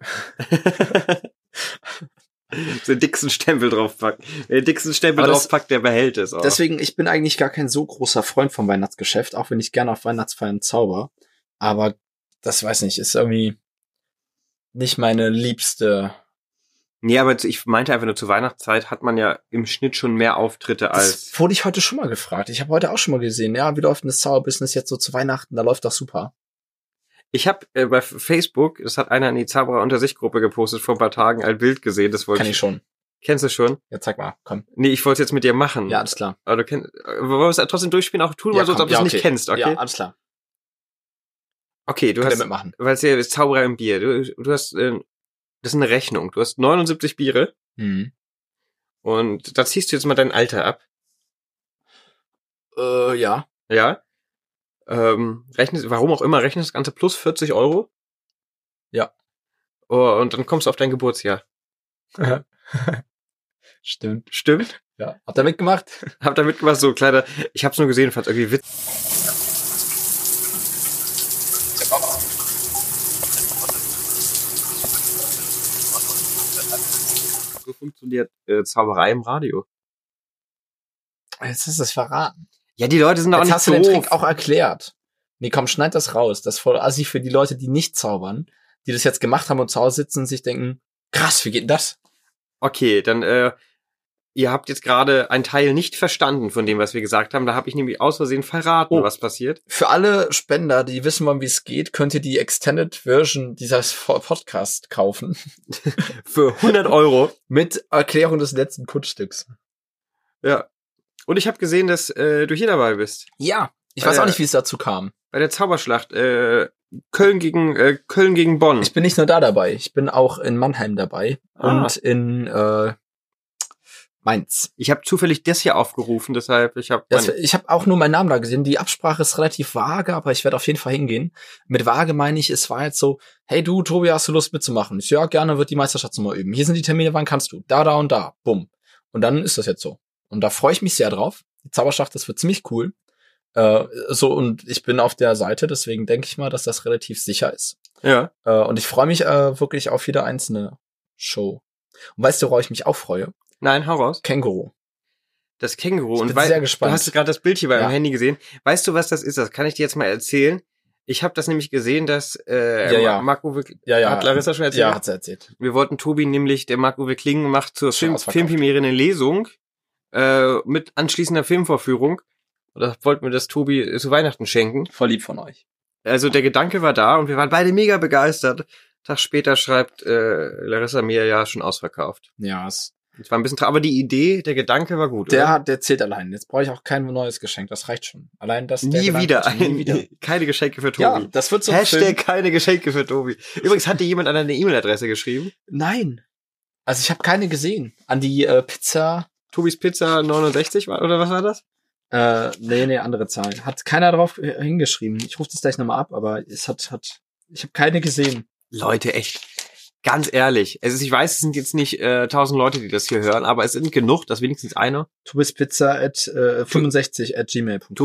Den dicksten Stempel draufpacken. Wer den dicksten Stempel Aber das- draufpackt, der behält es auch. Deswegen, ich bin eigentlich gar kein so großer Freund vom Weihnachtsgeschäft, auch wenn ich gerne auf Weihnachtsfeiern zauber. Aber das weiß nicht, ist irgendwie nicht meine liebste. Nee, aber ich meinte einfach nur, zur Weihnachtszeit hat man ja im Schnitt schon mehr Auftritte als... Das wurde ich heute schon mal gefragt. Ich habe heute auch schon mal gesehen, ja, wie läuft denn das Zauberbusiness jetzt so zu Weihnachten? Da läuft doch super. Ich habe bei Facebook, das hat einer in die Zauberer unter sich Gruppe gepostet, vor ein paar Tagen ein Bild gesehen, das wollte Kann ich schon. Kennst du schon? Ja, zeig mal, komm. Nee, ich wollte es jetzt mit dir machen. Ja, alles klar. Aber wollen wir es trotzdem durchspielen? Auch tun wir Ja, so, als komm. ob du es Ja, nicht kennst, okay? Ja, alles klar. Okay, du Könnt ihr hast, mitmachen. weil es ja ist Zauberer im Bier. Du hast, das ist eine Rechnung. Du hast 79 Biere Und da ziehst du jetzt mal dein Alter ab. Ja. Ja. Warum auch immer, rechnest das Ganze plus 40 €. Ja. Oh, und dann kommst du auf dein Geburtsjahr. Stimmt. Stimmt? Ja. Habt ihr mitgemacht? Hab da mitgemacht, so kleiner, ich hab's nur gesehen, fand's irgendwie witzig. So funktioniert Zauberei im Radio. Jetzt hast du es verraten. Ja, die Leute sind doch auch Jetzt nicht hast du den doof. Trick auch erklärt. Nee, komm, schneid das raus. Das ist voll assi für die Leute, die nicht zaubern, die das jetzt gemacht haben und zu Hause sitzen und sich denken, krass, wie geht denn das? Okay, dann, ihr habt jetzt gerade einen Teil nicht verstanden von dem, was wir gesagt haben. Da habe ich nämlich aus Versehen verraten, was passiert. Für alle Spender, die wissen wollen, wie es geht, könnt ihr die Extended Version dieses Podcast kaufen. Für 100 € Mit Erklärung des letzten Kunststücks. Ja. Und ich habe gesehen, dass du hier dabei bist. Ja. Ich weiß auch nicht, wie es dazu kam. Bei der Zauberschlacht. Köln gegen Bonn. Ich bin nicht nur da dabei. Ich bin auch in Mannheim dabei. Und in Mainz. Ich habe zufällig das hier aufgerufen, deshalb ich hab auch nur meinen Namen da gesehen. Die Absprache ist relativ vage, aber ich werde auf jeden Fall hingehen. Mit vage meine ich, es war jetzt so, hey du, Tobi, hast du Lust mitzumachen? Ich so, ja, gerne, wird die Meisterschaftsnummer üben. Hier sind die Termine, wann kannst du? Da und da. Bumm. Und dann ist das jetzt so. Und da freue ich mich sehr drauf. Die Zauberschlacht, das wird ziemlich cool. Und ich bin auf der Seite, deswegen denke ich mal, dass das relativ sicher ist. Ja. Und ich freue mich wirklich auf jede einzelne Show. Und weißt du, worauf ich mich auch freue? Nein, hau raus. Känguru. Das Känguru. Ich bin sehr gespannt. Du hast gerade das Bild hier bei meinem Handy gesehen. Weißt du, was das ist? Das kann ich dir jetzt mal erzählen. Ich habe das nämlich gesehen, dass Marc-Uwe hat Larissa schon erzählt. Ja, hat sie erzählt. Wir wollten Tobi nämlich, der Marc-Uwe Kling macht zur Filmpremiere eine Lesung mit anschließender Filmvorführung. Oder wollten wir das Tobi zu Weihnachten schenken. Voll lieb von euch. Also der Gedanke war da und wir waren beide mega begeistert. Tag später schreibt Larissa mir ja schon ausverkauft. Ja, es war ein bisschen aber die Idee, der Gedanke war gut. Der zählt allein. Jetzt brauche ich auch kein neues Geschenk. Das reicht schon. Allein das. Nie wieder. Keine Geschenke für Tobi. Ja, das wird so ein Hashtag keine Geschenke für Tobi. Übrigens, hat dir jemand an deine E-Mail-Adresse geschrieben? Nein. Also ich habe keine gesehen. An die Pizza. Tobis Pizza 69 war, oder was war das? Nee, andere Zahl. Hat keiner drauf hingeschrieben. Ich rufe das gleich nochmal ab, aber ich habe keine gesehen. Leute, echt. Ganz ehrlich. Also ich weiß, es sind jetzt nicht 1000 Leute, die das hier hören, aber es sind genug, dass wenigstens einer. tobispizza@65@gmail.com.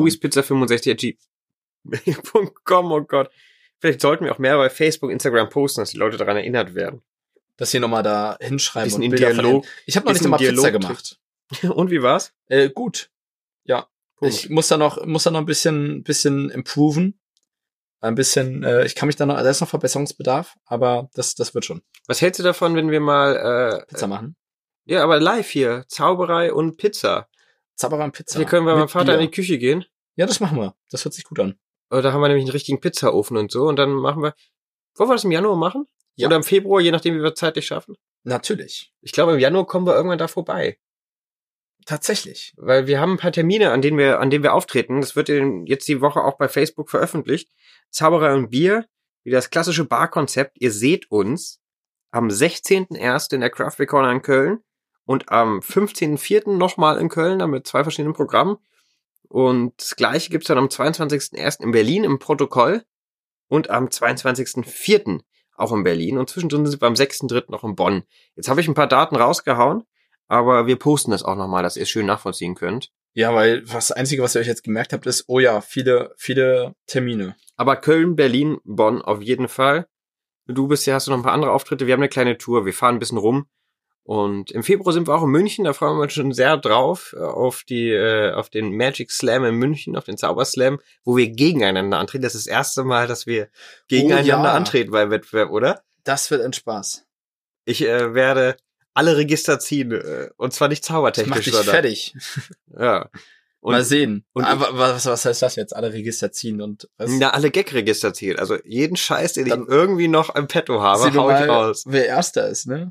tobispizza65@gmail.com, oh Gott. Vielleicht sollten wir auch mehr bei Facebook, Instagram posten, dass die Leute daran erinnert werden. Dass sie nochmal da hinschreiben bisschen und Bilder Dialog. Ich habe noch nicht einmal Pizza gemacht. Und wie war's? Gut. Ja. Punkt. Ich muss da noch ein bisschen improven. Ein bisschen, ich kann mich da noch, da ist noch Verbesserungsbedarf, aber das wird schon. Was hältst du davon, wenn wir mal Pizza machen? Ja, aber live hier. Zauberei und Pizza. Zauberei und Pizza. Hier können wir mit meinem Vater in die Küche gehen. Ja, das machen wir. Das hört sich gut an. Da haben wir nämlich einen richtigen Pizzaofen und so. Und dann machen wir. Wollen wir das im Januar machen? Ja. Oder im Februar, je nachdem, wie wir zeitlich schaffen? Natürlich. Ich glaube, im Januar kommen wir irgendwann da vorbei. Tatsächlich. Weil wir haben ein paar Termine, an denen wir auftreten. Das wird jetzt die Woche auch bei Facebook veröffentlicht. Zauberei und Bier, wie das klassische Barkonzept. Ihr seht uns am 16.01. in der Craft Beer Corner in Köln und am 15.04. nochmal in Köln, dann mit 2 verschiedenen Programmen. Und das Gleiche gibt's dann am 22.01. in Berlin im Protokoll und am 22.04. auch in Berlin. Und zwischendrin sind wir am 6.03. noch in Bonn. Jetzt habe ich ein paar Daten rausgehauen. Aber wir posten das auch nochmal, dass ihr es schön nachvollziehen könnt. Ja, weil das Einzige, was ihr euch jetzt gemerkt habt, ist, oh ja, viele Termine. Aber Köln, Berlin, Bonn auf jeden Fall. Du hast noch ein paar andere Auftritte. Wir haben eine kleine Tour. Wir fahren ein bisschen rum. Und im Februar sind wir auch in München. Da freuen wir uns schon sehr drauf auf den Magic Slam in München, auf den Zauberslam, wo wir gegeneinander antreten. Das ist das erste Mal, dass wir gegeneinander antreten beim Wettbewerb, oder? Das wird ein Spaß. Ich werde alle Register ziehen. Und zwar nicht zaubertechnisch. Das macht dich fertig. Ja. Und, mal sehen. Und aber was heißt das jetzt? Alle Register ziehen und was? Na, alle Gag-Register ziehen. Also jeden Scheiß, den ich irgendwie noch im Petto habe, hau ich raus. Wer Erster ist, ne?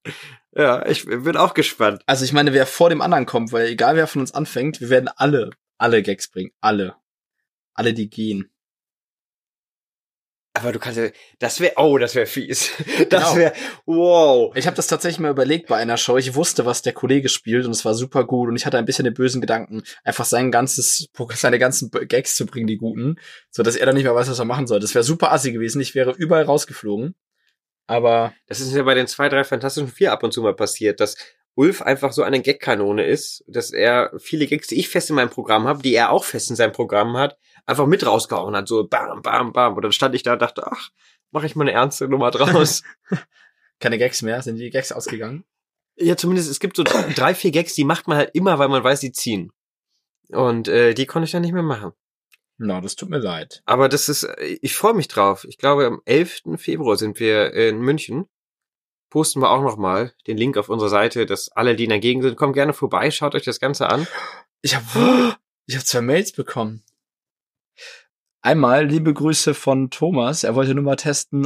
Ja, ich bin auch gespannt. Also ich meine, wer vor dem anderen kommt, weil egal wer von uns anfängt, wir werden alle Gags bringen. Alle, die gehen. Aber du kannst ja, das wäre fies. Das Genau. wäre, wow. Ich habe das tatsächlich mal überlegt bei einer Show. Ich wusste, was der Kollege spielt und es war super gut und ich hatte ein bisschen den bösen Gedanken, einfach seine ganzen Gags zu bringen, die guten, so dass er dann nicht mehr weiß, was er machen soll. Das wäre super assi gewesen. Ich wäre überall rausgeflogen. Aber Das ist ja bei den 2, 3 Fantastischen 4 ab und zu mal passiert, dass Ulf einfach so eine Gagkanone ist, dass er viele Gags, die ich fest in meinem Programm habe, die er auch fest in seinem Programm hat, einfach mit rausgehauen hat, so bam, bam, bam. Und dann stand ich da und dachte, ach, mache ich mal eine ernste Nummer draus. keine Gags mehr, sind die Gags ausgegangen? Ja, zumindest, es gibt so 3, 4 Gags, die macht man halt immer, weil man weiß, die ziehen. Und die konnte ich dann nicht mehr machen. Na, das tut mir leid. Aber ich freue mich drauf. Ich glaube, am 11. Februar sind wir in München. Posten wir auch nochmal den Link auf unserer Seite, dass alle, die dagegen sind, kommt gerne vorbei, schaut euch das Ganze an. Ich habe 2 Mails bekommen. Einmal liebe Grüße von Thomas. Er wollte nur mal testen,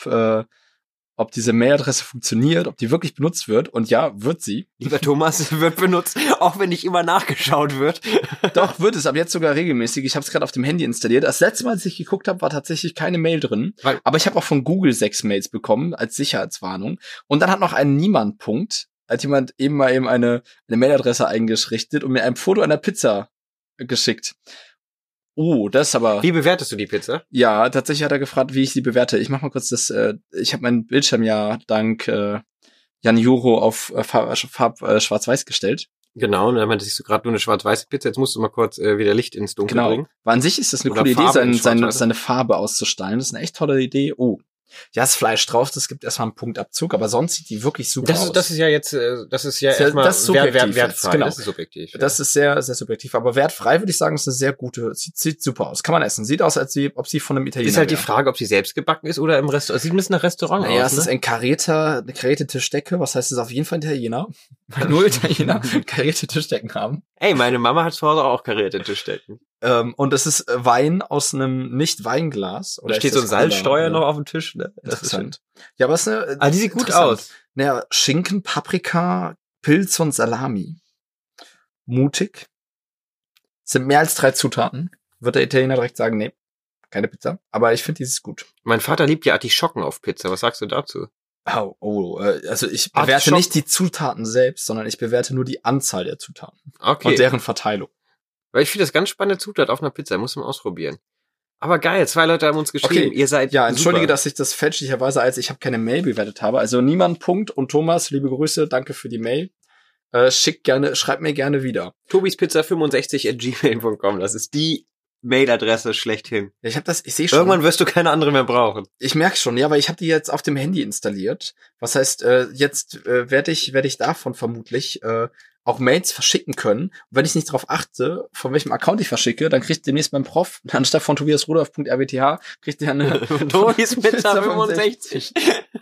ob diese Mailadresse funktioniert, ob die wirklich benutzt wird. Und ja, wird sie. Lieber Thomas, wird benutzt, auch wenn nicht immer nachgeschaut wird. Doch, wird es, aber jetzt sogar regelmäßig. Ich habe es gerade auf dem Handy installiert. Das letzte Mal, als ich geguckt habe, war tatsächlich keine Mail drin. Aber ich habe auch von Google 6 Mails bekommen, als Sicherheitswarnung. Und dann hat noch ein Niemand-Punkt, hat jemand eben eine Mailadresse eingerichtet und mir ein Foto einer Pizza geschickt. Das ist aber... Wie bewertest du die Pizza? Ja, tatsächlich hat er gefragt, wie ich sie bewerte. Ich mach mal kurz ich habe meinen Bildschirm ja dank Jan Juro auf Schwarz-Weiß gestellt. Genau, und dann siehst du gerade nur eine schwarz-weiße Pizza. Jetzt musst du mal kurz wieder Licht ins Dunkel bringen. Aber an sich ist das eine Oder coole Farbe in Idee, Schwarz-Weiß. seine Farbe auszustellen. Das ist eine echt tolle Idee. Ja, ist Fleisch drauf, das gibt erstmal einen Punktabzug, aber sonst sieht die wirklich super aus. Das ist ja erstmal das ist subjektiv wertfrei. genau. Das ist subjektiv. Ja. Das ist sehr, sehr subjektiv. Aber wertfrei würde ich sagen, ist eine sehr gute, sieht super aus. Kann man essen. Sieht aus, ob sie von einem Italiener Ist halt die wäre. Frage, ob sie selbst gebacken ist oder im Restaurant. Sieht ein bisschen nach Restaurant Naja, aus, es ist eine karierte Tischdecke. Was heißt, es ist auf jeden Fall ein Italiener. Weil nur Italiener karierte Tischdecken haben. Ey, meine Mama hat zu Hause auch karierte Tischdecken. Und es ist Wein aus einem Nicht-Weinglas. Da steht so ein Salzstreuer noch auf dem Tisch. Ne? Das Interessant. Ja, aber es ist eine... Die sieht gut aus. Naja, Schinken, Paprika, Pilz und Salami. Mutig. Sind mehr als 3 Zutaten. Wird der Italiener direkt sagen, nee, keine Pizza. Aber ich finde, dieses gut. Mein Vater liebt ja Artischocken auf Pizza. Was sagst du dazu? Also ich bewerte nicht die Zutaten selbst, sondern ich bewerte nur die Anzahl der Zutaten. Okay. Und deren Verteilung. Weil ich finde das ganz spannende Zutat auf einer Pizza. Muss man ausprobieren. Aber geil, 2 Leute haben uns geschrieben. Okay. Ihr seid Ja, entschuldige, super. dass ich das fälschlicherweise, als ich habe keine Mail bewertet habe. Also Niemand Punkt und Thomas, liebe Grüße, danke für die Mail. Schreibt mir gerne wieder. tobispizza65@gmail.com. Das ist die Mailadresse schlechthin. Ja, ich sehe schon. Irgendwann wirst du keine andere mehr brauchen. Ich merke schon, ja, weil ich habe die jetzt auf dem Handy installiert. Was heißt, jetzt werde ich davon vermutlich auch Mails verschicken können. Und wenn ich nicht darauf achte, von welchem Account ich verschicke, dann kriegt demnächst mein Prof, anstatt von tobiasrudolf.rwth, kriegt der eine Tobispizza65.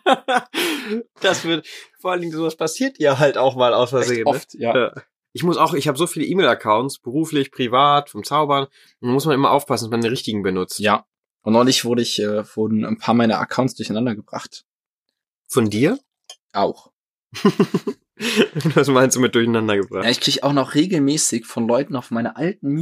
Das wird, vor allen Dingen sowas passiert ja halt auch mal aus Versehen. Echt oft, ja. Ich habe so viele E-Mail-Accounts, beruflich, privat, vom Zaubern. Und da muss man immer aufpassen, dass man den richtigen benutzt. Ja. Und neulich wurden ein paar meiner Accounts durcheinander gebracht. Von dir? Auch. Was meinst du mit durcheinander gebracht? Ja, ich kriege auch noch regelmäßig von Leuten auf meine alten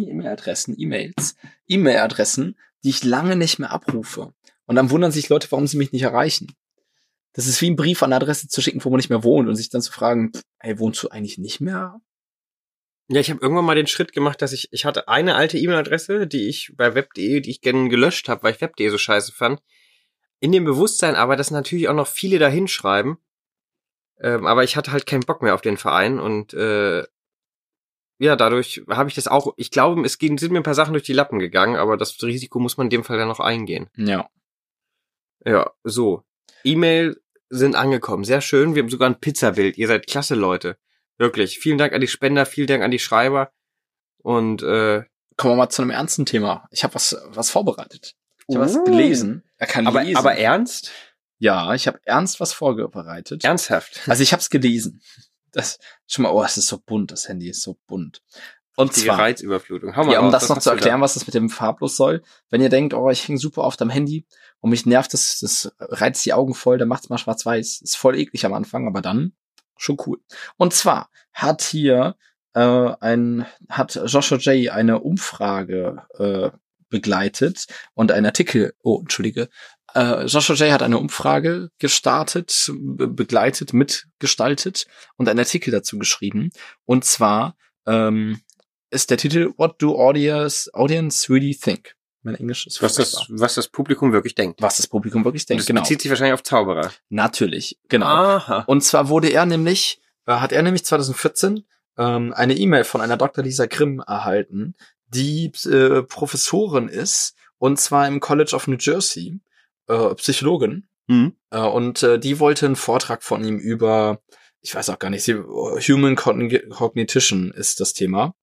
E-Mail-Adressen, die ich lange nicht mehr abrufe. Und dann wundern sich Leute, warum sie mich nicht erreichen. Das ist wie ein Brief an eine Adresse zu schicken, wo man nicht mehr wohnt und sich dann zu fragen, hey, wohnst du eigentlich nicht mehr? Ja, ich habe irgendwann mal den Schritt gemacht, dass ich hatte eine alte E-Mail-Adresse, die ich bei web.de, die ich gerne gelöscht habe, weil ich web.de so scheiße fand. In dem Bewusstsein aber, dass natürlich auch noch viele da hinschreiben. Aber ich hatte halt keinen Bock mehr auf den Verein und ja, dadurch habe ich das auch, ich glaube, sind mir ein paar Sachen durch die Lappen gegangen, aber das Risiko muss man in dem Fall dann noch eingehen. Ja. Ja, so. E-Mail sind angekommen, sehr schön. Wir haben sogar ein Pizzabild. Ihr seid klasse Leute. Wirklich. Vielen Dank an die Spender, vielen Dank an die Schreiber. Und kommen wir mal zu einem ernsten Thema. Ich habe was vorbereitet. Ich habe was gelesen. Er kann lesen. Aber ernst? Ja, ich habe ernst was vorbereitet. Ernsthaft? Also ich habe es gelesen. Das schon mal, es ist so bunt, das Handy ist so bunt. Und die zwar Reizüberflutung. Hau mal ja, um raus, das was noch hast zu du erklären, da? was das mit dem farblos soll. Wenn ihr denkt, ich hänge super oft am Handy und mich nervt das reizt die Augen voll, dann macht's mal schwarz-weiß. Ist voll eklig am Anfang, aber dann schon cool. Und zwar hat hier hat Joshua J. eine Umfrage begleitet und einen Artikel, Joshua J. hat eine Umfrage gestartet, begleitet, mitgestaltet und einen Artikel dazu geschrieben. Und zwar ist der Titel What do audience really think? Mein Englisch ist was das Publikum wirklich denkt. Was das Publikum wirklich denkt, das bezieht sich wahrscheinlich auf Zauberer. Natürlich, genau. Aha. Und zwar hat er nämlich 2014 eine E-Mail von einer Dr. Lisa Grimm erhalten, die Professorin ist, und zwar im College of New Jersey, Psychologin. Und die wollte einen Vortrag von ihm über, ich weiß auch gar nicht, Human Cognition ist das Thema.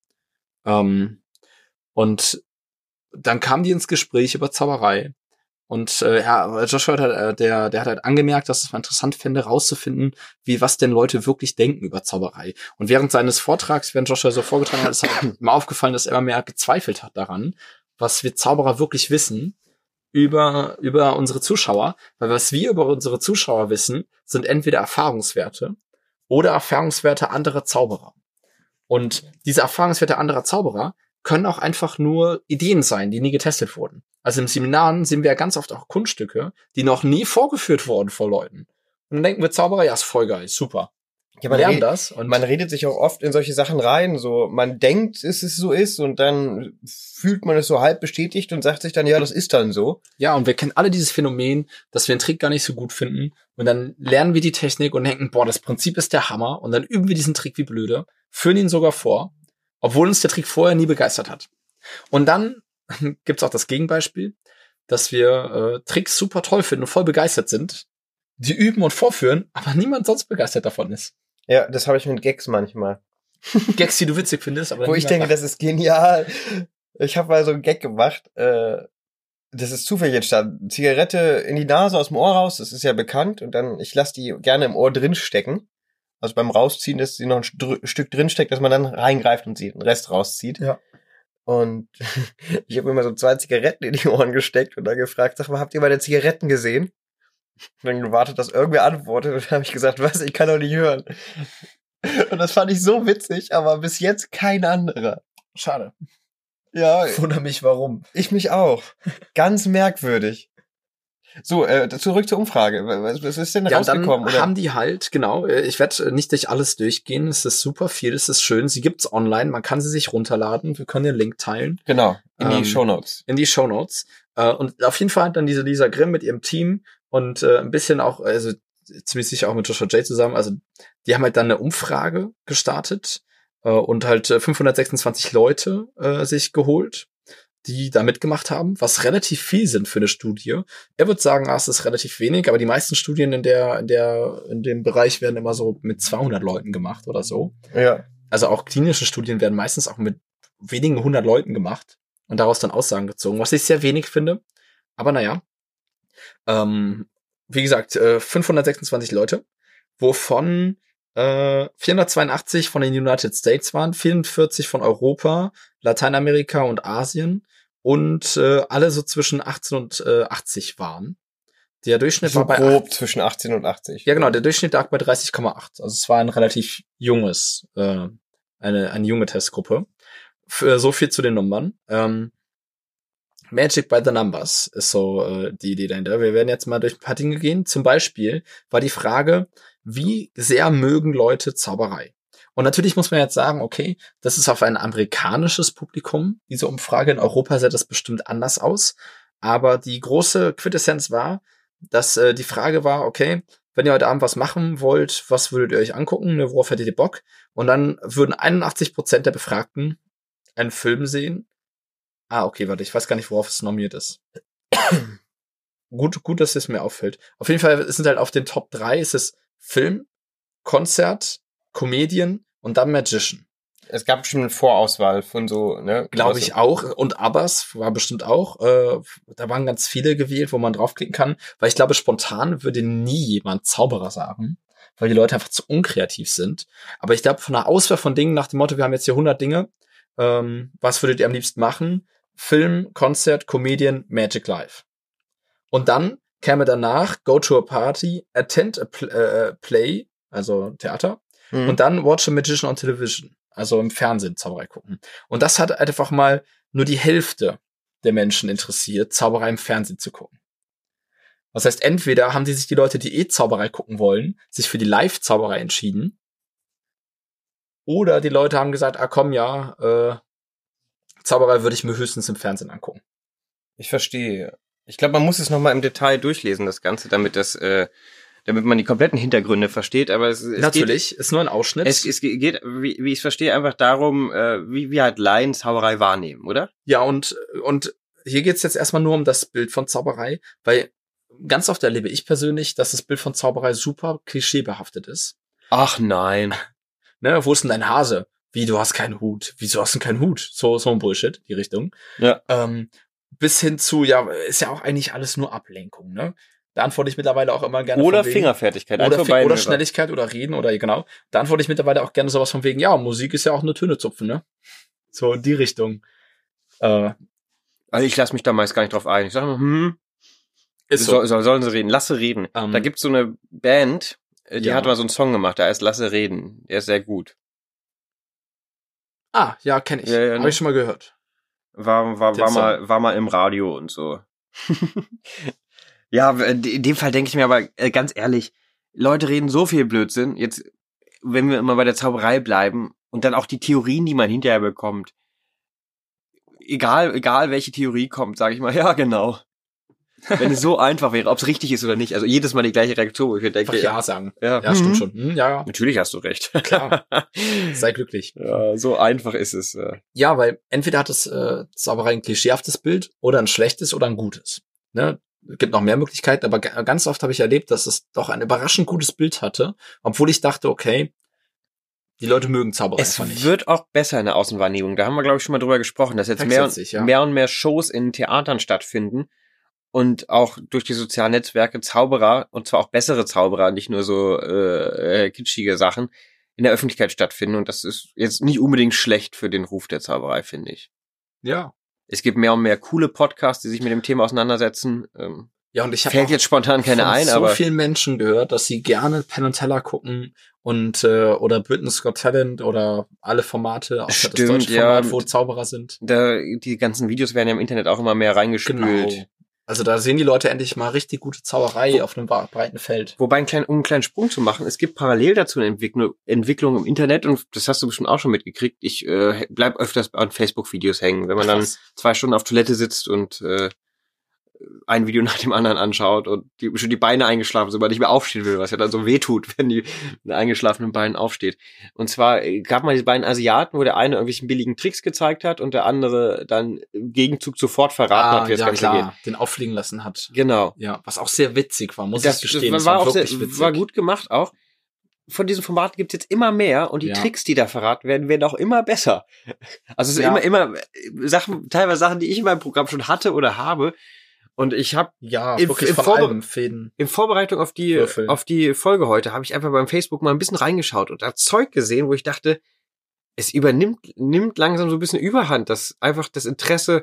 Und dann kam die ins Gespräch über Zauberei. Und Joshua der hat halt angemerkt, dass es mal interessant fände, rauszufinden, was denn Leute wirklich denken über Zauberei. Und während seines Vortrags, während Joshua so vorgetragen hat, ist halt mal aufgefallen, dass er immer mehr gezweifelt hat daran, was wir Zauberer wirklich wissen über unsere Zuschauer. Weil was wir über unsere Zuschauer wissen, sind entweder Erfahrungswerte oder Erfahrungswerte anderer Zauberer. Und diese Erfahrungswerte anderer Zauberer können auch einfach nur Ideen sein, die nie getestet wurden. Also im Seminaren sehen wir ja ganz oft auch Kunststücke, die noch nie vorgeführt wurden vor Leuten. Und dann denken wir Zauberer, ja, ist voll geil, super. Ja, man redet sich auch oft in solche Sachen rein, so, man denkt, es so ist, und dann fühlt man es so halb bestätigt und sagt sich dann, ja, das ist dann so. Ja, und wir kennen alle dieses Phänomen, dass wir einen Trick gar nicht so gut finden, und dann lernen wir die Technik und denken, boah, das Prinzip ist der Hammer, und dann üben wir diesen Trick wie blöde, führen ihn sogar vor, obwohl uns der Trick vorher nie begeistert hat. Und dann gibt's auch das Gegenbeispiel, dass wir Tricks super toll finden und voll begeistert sind, die üben und vorführen, aber niemand sonst begeistert davon ist. Ja, das habe ich mit Gags manchmal. Gags, die du witzig findest, aber wo ich denke, das ist genial. Ich habe mal so einen Gag gemacht, das ist zufällig entstanden. Zigarette in die Nase, aus dem Ohr raus, das ist ja bekannt, und dann, ich lasse die gerne im Ohr drin stecken. Also beim Rausziehen, dass sie noch ein Stück drin steckt, dass man dann reingreift und sie den Rest rauszieht. Ja. Und ich habe immer so 2 Zigaretten in die Ohren gesteckt und dann gefragt, sag mal, habt ihr meine Zigaretten gesehen? Und dann gewartet, dass irgendwer antwortet, und dann habe ich gesagt, was, ich kann doch nicht hören. Und das fand ich so witzig, aber bis jetzt kein anderer. Schade. Ja. Ich wundere mich, warum. Ich mich auch. Ganz merkwürdig. So, zurück zur Umfrage. Was ist denn rausgekommen? Dann haben die halt, genau, ich werde nicht durch alles durchgehen, es ist super viel, es ist schön, sie gibt's online, man kann sie sich runterladen, wir können den Link teilen. Genau, in die Shownotes. In die Shownotes. Und auf jeden Fall hat dann diese Lisa Grimm mit ihrem Team und ein bisschen auch, also ziemlich sicher auch mit Joshua J. zusammen, also die haben halt dann eine Umfrage gestartet und halt 526 Leute sich geholt, die da mitgemacht haben, was relativ viel sind für eine Studie. Er würde sagen, es ist relativ wenig, aber die meisten Studien in dem Bereich werden immer so mit 200 Leuten gemacht oder so. Ja. Also auch klinische Studien werden meistens auch mit wenigen 100 Leuten gemacht und daraus dann Aussagen gezogen, was ich sehr wenig finde. Aber naja. Wie gesagt, 526 Leute, wovon 482 von den United States waren, 44 von Europa, Lateinamerika und Asien und alle so zwischen 18 und 80 waren. Der Durchschnitt so war bei grob zwischen 18 und 80. Ja, genau, der Durchschnitt lag bei 30,8. Also es war ein relativ junges, eine junge Testgruppe. Für so viel zu den Nummern. Magic by the Numbers ist so die Idee dahinter. Wir werden jetzt mal durch ein paar Dinge gehen. Zum Beispiel war die Frage, wie sehr mögen Leute Zauberei? Und natürlich muss man jetzt sagen, okay, das ist auf ein amerikanisches Publikum. Diese Umfrage in Europa sieht das bestimmt anders aus. Aber die große Quintessenz war, dass die Frage war, okay, wenn ihr heute Abend was machen wollt, was würdet ihr euch angucken? Ne, worauf hättet ihr Bock? Und dann würden 81% der Befragten einen Film sehen. Okay, warte, ich weiß gar nicht, worauf es normiert ist. Gut, dass es mir auffällt. Auf jeden Fall sind halt auf den Top 3 ist es Film, Konzert, Comedian und dann Magician. Es gab bestimmt eine Vorauswahl von so, ne? Glaube ich auch. Und Abbas war bestimmt auch. Da waren ganz viele gewählt, wo man draufklicken kann. Weil ich glaube, spontan würde nie jemand Zauberer sagen. Weil die Leute einfach zu unkreativ sind. Aber ich glaube, von einer Auswahl von Dingen nach dem Motto, wir haben jetzt hier 100 Dinge. Was würdet ihr am liebsten machen? Film, Konzert, Comedian, Magic Live. Und dann käme danach Go to a Party, Attend a Play, also Theater. Und dann Watch a Magician on Television. Also im Fernsehen Zauberei gucken. Und das hat einfach mal nur die Hälfte der Menschen interessiert, Zauberei im Fernsehen zu gucken. Das heißt, entweder haben die Leute, die Zauberei gucken wollen, sich für die Live-Zauberei entschieden, oder die Leute haben gesagt, komm, ja, Zauberei würde ich mir höchstens im Fernsehen angucken. Ich verstehe. Ich glaube, man muss es nochmal im Detail durchlesen, das Ganze, damit man die kompletten Hintergründe versteht, aber es natürlich, ist nur ein Ausschnitt. Es geht, wie ich es verstehe, einfach darum, wie halt Laien Zauberei wahrnehmen, oder? Ja, und hier geht's jetzt erstmal nur um das Bild von Zauberei, weil ganz oft erlebe ich persönlich, dass das Bild von Zauberei super klischeebehaftet ist. Ach nein. Ne, wo ist denn dein Hase? Wie, du hast keinen Hut? Wieso hast du keinen Hut? So ein Bullshit, die Richtung. Ja. Bis hin zu, ja, ist ja auch eigentlich alles nur Ablenkung, ne? Da antworte ich mittlerweile auch immer gerne oder von wegen, Fingerfertigkeit. Oder Schnelligkeit oder Reden oder genau. Da antworte ich mittlerweile auch gerne sowas von wegen, ja, Musik ist ja auch nur Töne zupfen, ne? So in die Richtung. Also ich lasse mich da meist gar nicht drauf ein. Ich sage immer, ist so. Sollen sie reden? Lasse reden. Da gibt's so eine Band, die hat mal so einen Song gemacht, der heißt Lasse reden. Der ist sehr gut. Ja, kenne ich. Ja, habe ich schon mal gehört. War mal im Radio und so. Ja, in dem Fall denke ich mir aber ganz ehrlich, Leute reden so viel Blödsinn. Jetzt, wenn wir immer bei der Zauberei bleiben und dann auch die Theorien, die man hinterher bekommt. Egal welche Theorie kommt, sage ich mal, ja, genau. Wenn es so einfach wäre, ob es richtig ist oder nicht. Also jedes Mal die gleiche Reaktion, wo ich denke, einfach ja sagen. Ja, stimmt schon. Ja. Natürlich hast du recht. Klar. Sei glücklich. Ja, so einfach ist es. Ja, weil entweder hat es Zauberei ein klischeehaftes Bild oder ein schlechtes oder ein gutes. Ne? Es gibt noch mehr Möglichkeiten, aber ganz oft habe ich erlebt, dass es doch ein überraschend gutes Bild hatte, obwohl ich dachte, okay, die Leute mögen Zauberei einfach nicht. Es wird auch besser in der Außenwahrnehmung. Da haben wir, glaube ich, schon mal drüber gesprochen, dass jetzt mehr und mehr Shows in Theatern stattfinden und auch durch die sozialen Netzwerke Zauberer, und zwar auch bessere Zauberer, nicht nur so kitschige Sachen, in der Öffentlichkeit stattfinden. Und das ist jetzt nicht unbedingt schlecht für den Ruf der Zauberei, finde ich. Ja. Es gibt mehr und mehr coole Podcasts, die sich mit dem Thema auseinandersetzen. Ja, und ich habe fällt jetzt spontan keine ein, aber so vielen Menschen gehört, dass sie gerne Penn und Teller gucken und oder Britain's Got Talent oder alle Formate, auch das deutsche Format, wo Zauberer sind. Die ganzen Videos werden ja im Internet auch immer mehr reingespült. Genau. Also da sehen die Leute endlich mal richtig gute Zauberei auf einem breiten Feld. Wobei, um einen kleinen Sprung zu machen, es gibt parallel dazu eine Entwicklung im Internet, und das hast du bestimmt auch schon mitgekriegt. Ich bleib öfters an Facebook-Videos hängen, wenn man dann 2 Stunden auf Toilette sitzt und ein Video nach dem anderen anschaut und schon die Beine eingeschlafen sind, weil man nicht mehr aufstehen will, was ja dann so wehtut, wenn die mit eingeschlafenen Beinen aufsteht. Und zwar gab man diese beiden Asiaten, wo der eine irgendwelchen billigen Tricks gezeigt hat und der andere dann im Gegenzug sofort verraten hat, wie das Ganze geht. Den auffliegen lassen hat. Genau. Ja, was auch sehr witzig war, muss ich gestehen. Das war wirklich witzig. War gut gemacht auch. Von diesem Format gibt's jetzt immer mehr und die Tricks, die da verraten werden auch immer besser. Also es sind immer Sachen, teilweise Sachen, die ich in meinem Programm schon hatte oder habe. Und ich habe in Vorbereitung auf die Folge heute habe ich einfach beim Facebook mal ein bisschen reingeschaut und da Zeug gesehen, wo ich dachte, es nimmt langsam so ein bisschen Überhand, dass einfach das Interesse,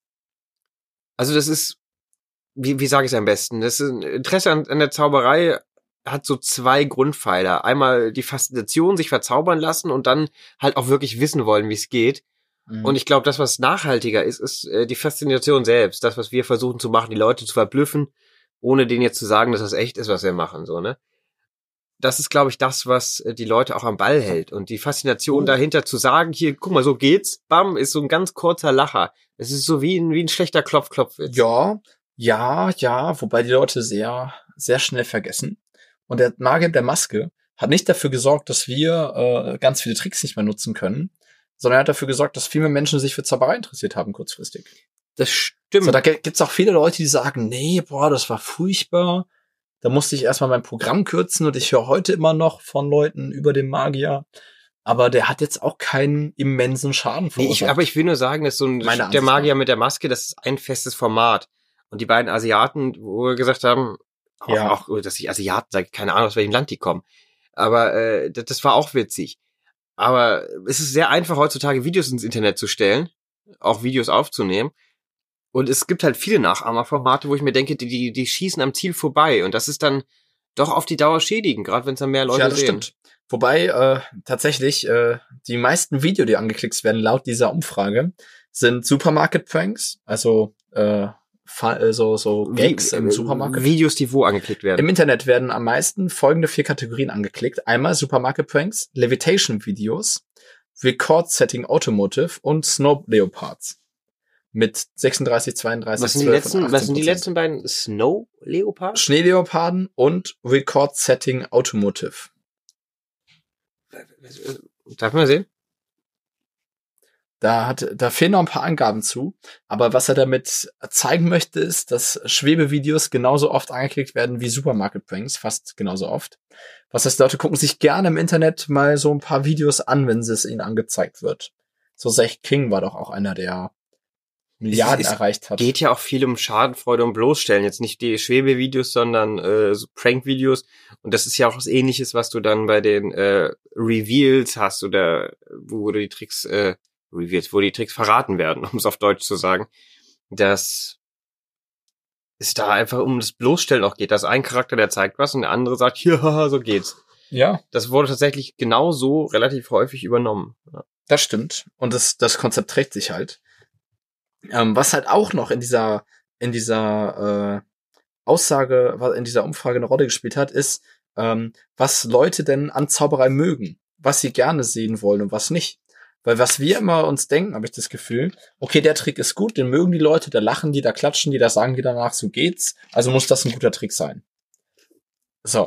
also das ist, wie sage ich es am besten, das ist ein Interesse an der Zauberei hat so 2 Grundpfeiler. Einmal die Faszination, sich verzaubern lassen und dann halt auch wirklich wissen wollen, wie es geht. Und ich glaube, das, was nachhaltiger ist die Faszination selbst. Das, was wir versuchen zu machen, die Leute zu verblüffen, ohne denen jetzt zu sagen, dass das echt ist, was wir machen, so, ne? Das ist, glaube ich, das, was die Leute auch am Ball hält. Und die Faszination dahinter zu sagen, hier, guck mal, so geht's, bam, ist so ein ganz kurzer Lacher. Es ist so wie ein schlechter Klopf-Klopf-Witz. Ja, wobei die Leute sehr, sehr schnell vergessen. Und der Magier der Maske hat nicht dafür gesorgt, dass wir ganz viele Tricks nicht mehr nutzen können, sondern er hat dafür gesorgt, dass viel mehr Menschen sich für Zauberei interessiert haben, kurzfristig. Das stimmt. So, da gibt's auch viele Leute, die sagen, nee, das war furchtbar. Da musste ich erstmal mein Programm kürzen und ich höre heute immer noch von Leuten über den Magier. Aber der hat jetzt auch keinen immensen Schaden verursacht. Aber ich will nur sagen, dass der Magier mit der Maske, das ist ein festes Format. Und die beiden Asiaten, wo wir gesagt haben, auch dass ich Asiaten sage, keine Ahnung, aus welchem Land die kommen. Aber das war auch witzig. Aber es ist sehr einfach heutzutage Videos ins Internet zu stellen, auch Videos aufzunehmen. Und es gibt halt viele Nachahmerformate, wo ich mir denke, die schießen am Ziel vorbei. Und das ist dann doch auf die Dauer schädigend, gerade wenn es dann mehr Leute sehen. Ja, das stimmt. Wobei tatsächlich die meisten Videos, die angeklickt werden, laut dieser Umfrage, sind Supermarket-Pranks, also so Gags im Supermarkt. Videos, die wo angeklickt werden? Im Internet werden am meisten folgende 4 Kategorien angeklickt. Einmal Supermarket-Pranks, Levitation-Videos, Record-Setting Automotive und Snow Leopards. Mit 36, 32, was sind 12 was sind die letzten beiden? Snow Leopard? Schneeleoparden und Record-Setting Automotive. Darf man sehen? Da fehlen noch ein paar Angaben zu, aber was er damit zeigen möchte, ist, dass Schwebevideos genauso oft angeklickt werden wie Supermarket-Pranks, fast genauso oft. Was heißt, Leute gucken sich gerne im Internet mal so ein paar Videos an, wenn es ihnen angezeigt wird. So Zach King war doch auch einer, der Milliarden erreicht hat. Geht ja auch viel um Schadenfreude und Bloßstellen. Jetzt nicht die Schwebevideos, sondern so Prank-Videos. Und das ist ja auch was Ähnliches, was du dann bei den Reveals hast oder wo du die Tricks Reveals, wo die Tricks verraten werden, um es auf Deutsch zu sagen, dass es da einfach um das Bloßstellen auch geht, dass ein Charakter, der zeigt was und der andere sagt, ja, so geht's. Ja. Das wurde tatsächlich genauso relativ häufig übernommen. Ja. Das stimmt. Und das Konzept trägt sich halt. Was halt auch noch in dieser Aussage, in dieser Umfrage eine Rolle gespielt hat, ist, was Leute denn an Zauberei mögen, was sie gerne sehen wollen und was nicht. Weil was wir immer uns denken, habe ich das Gefühl, okay, der Trick ist gut, den mögen die Leute, da lachen die, da klatschen die, da sagen die danach, so geht's, also muss das ein guter Trick sein. So,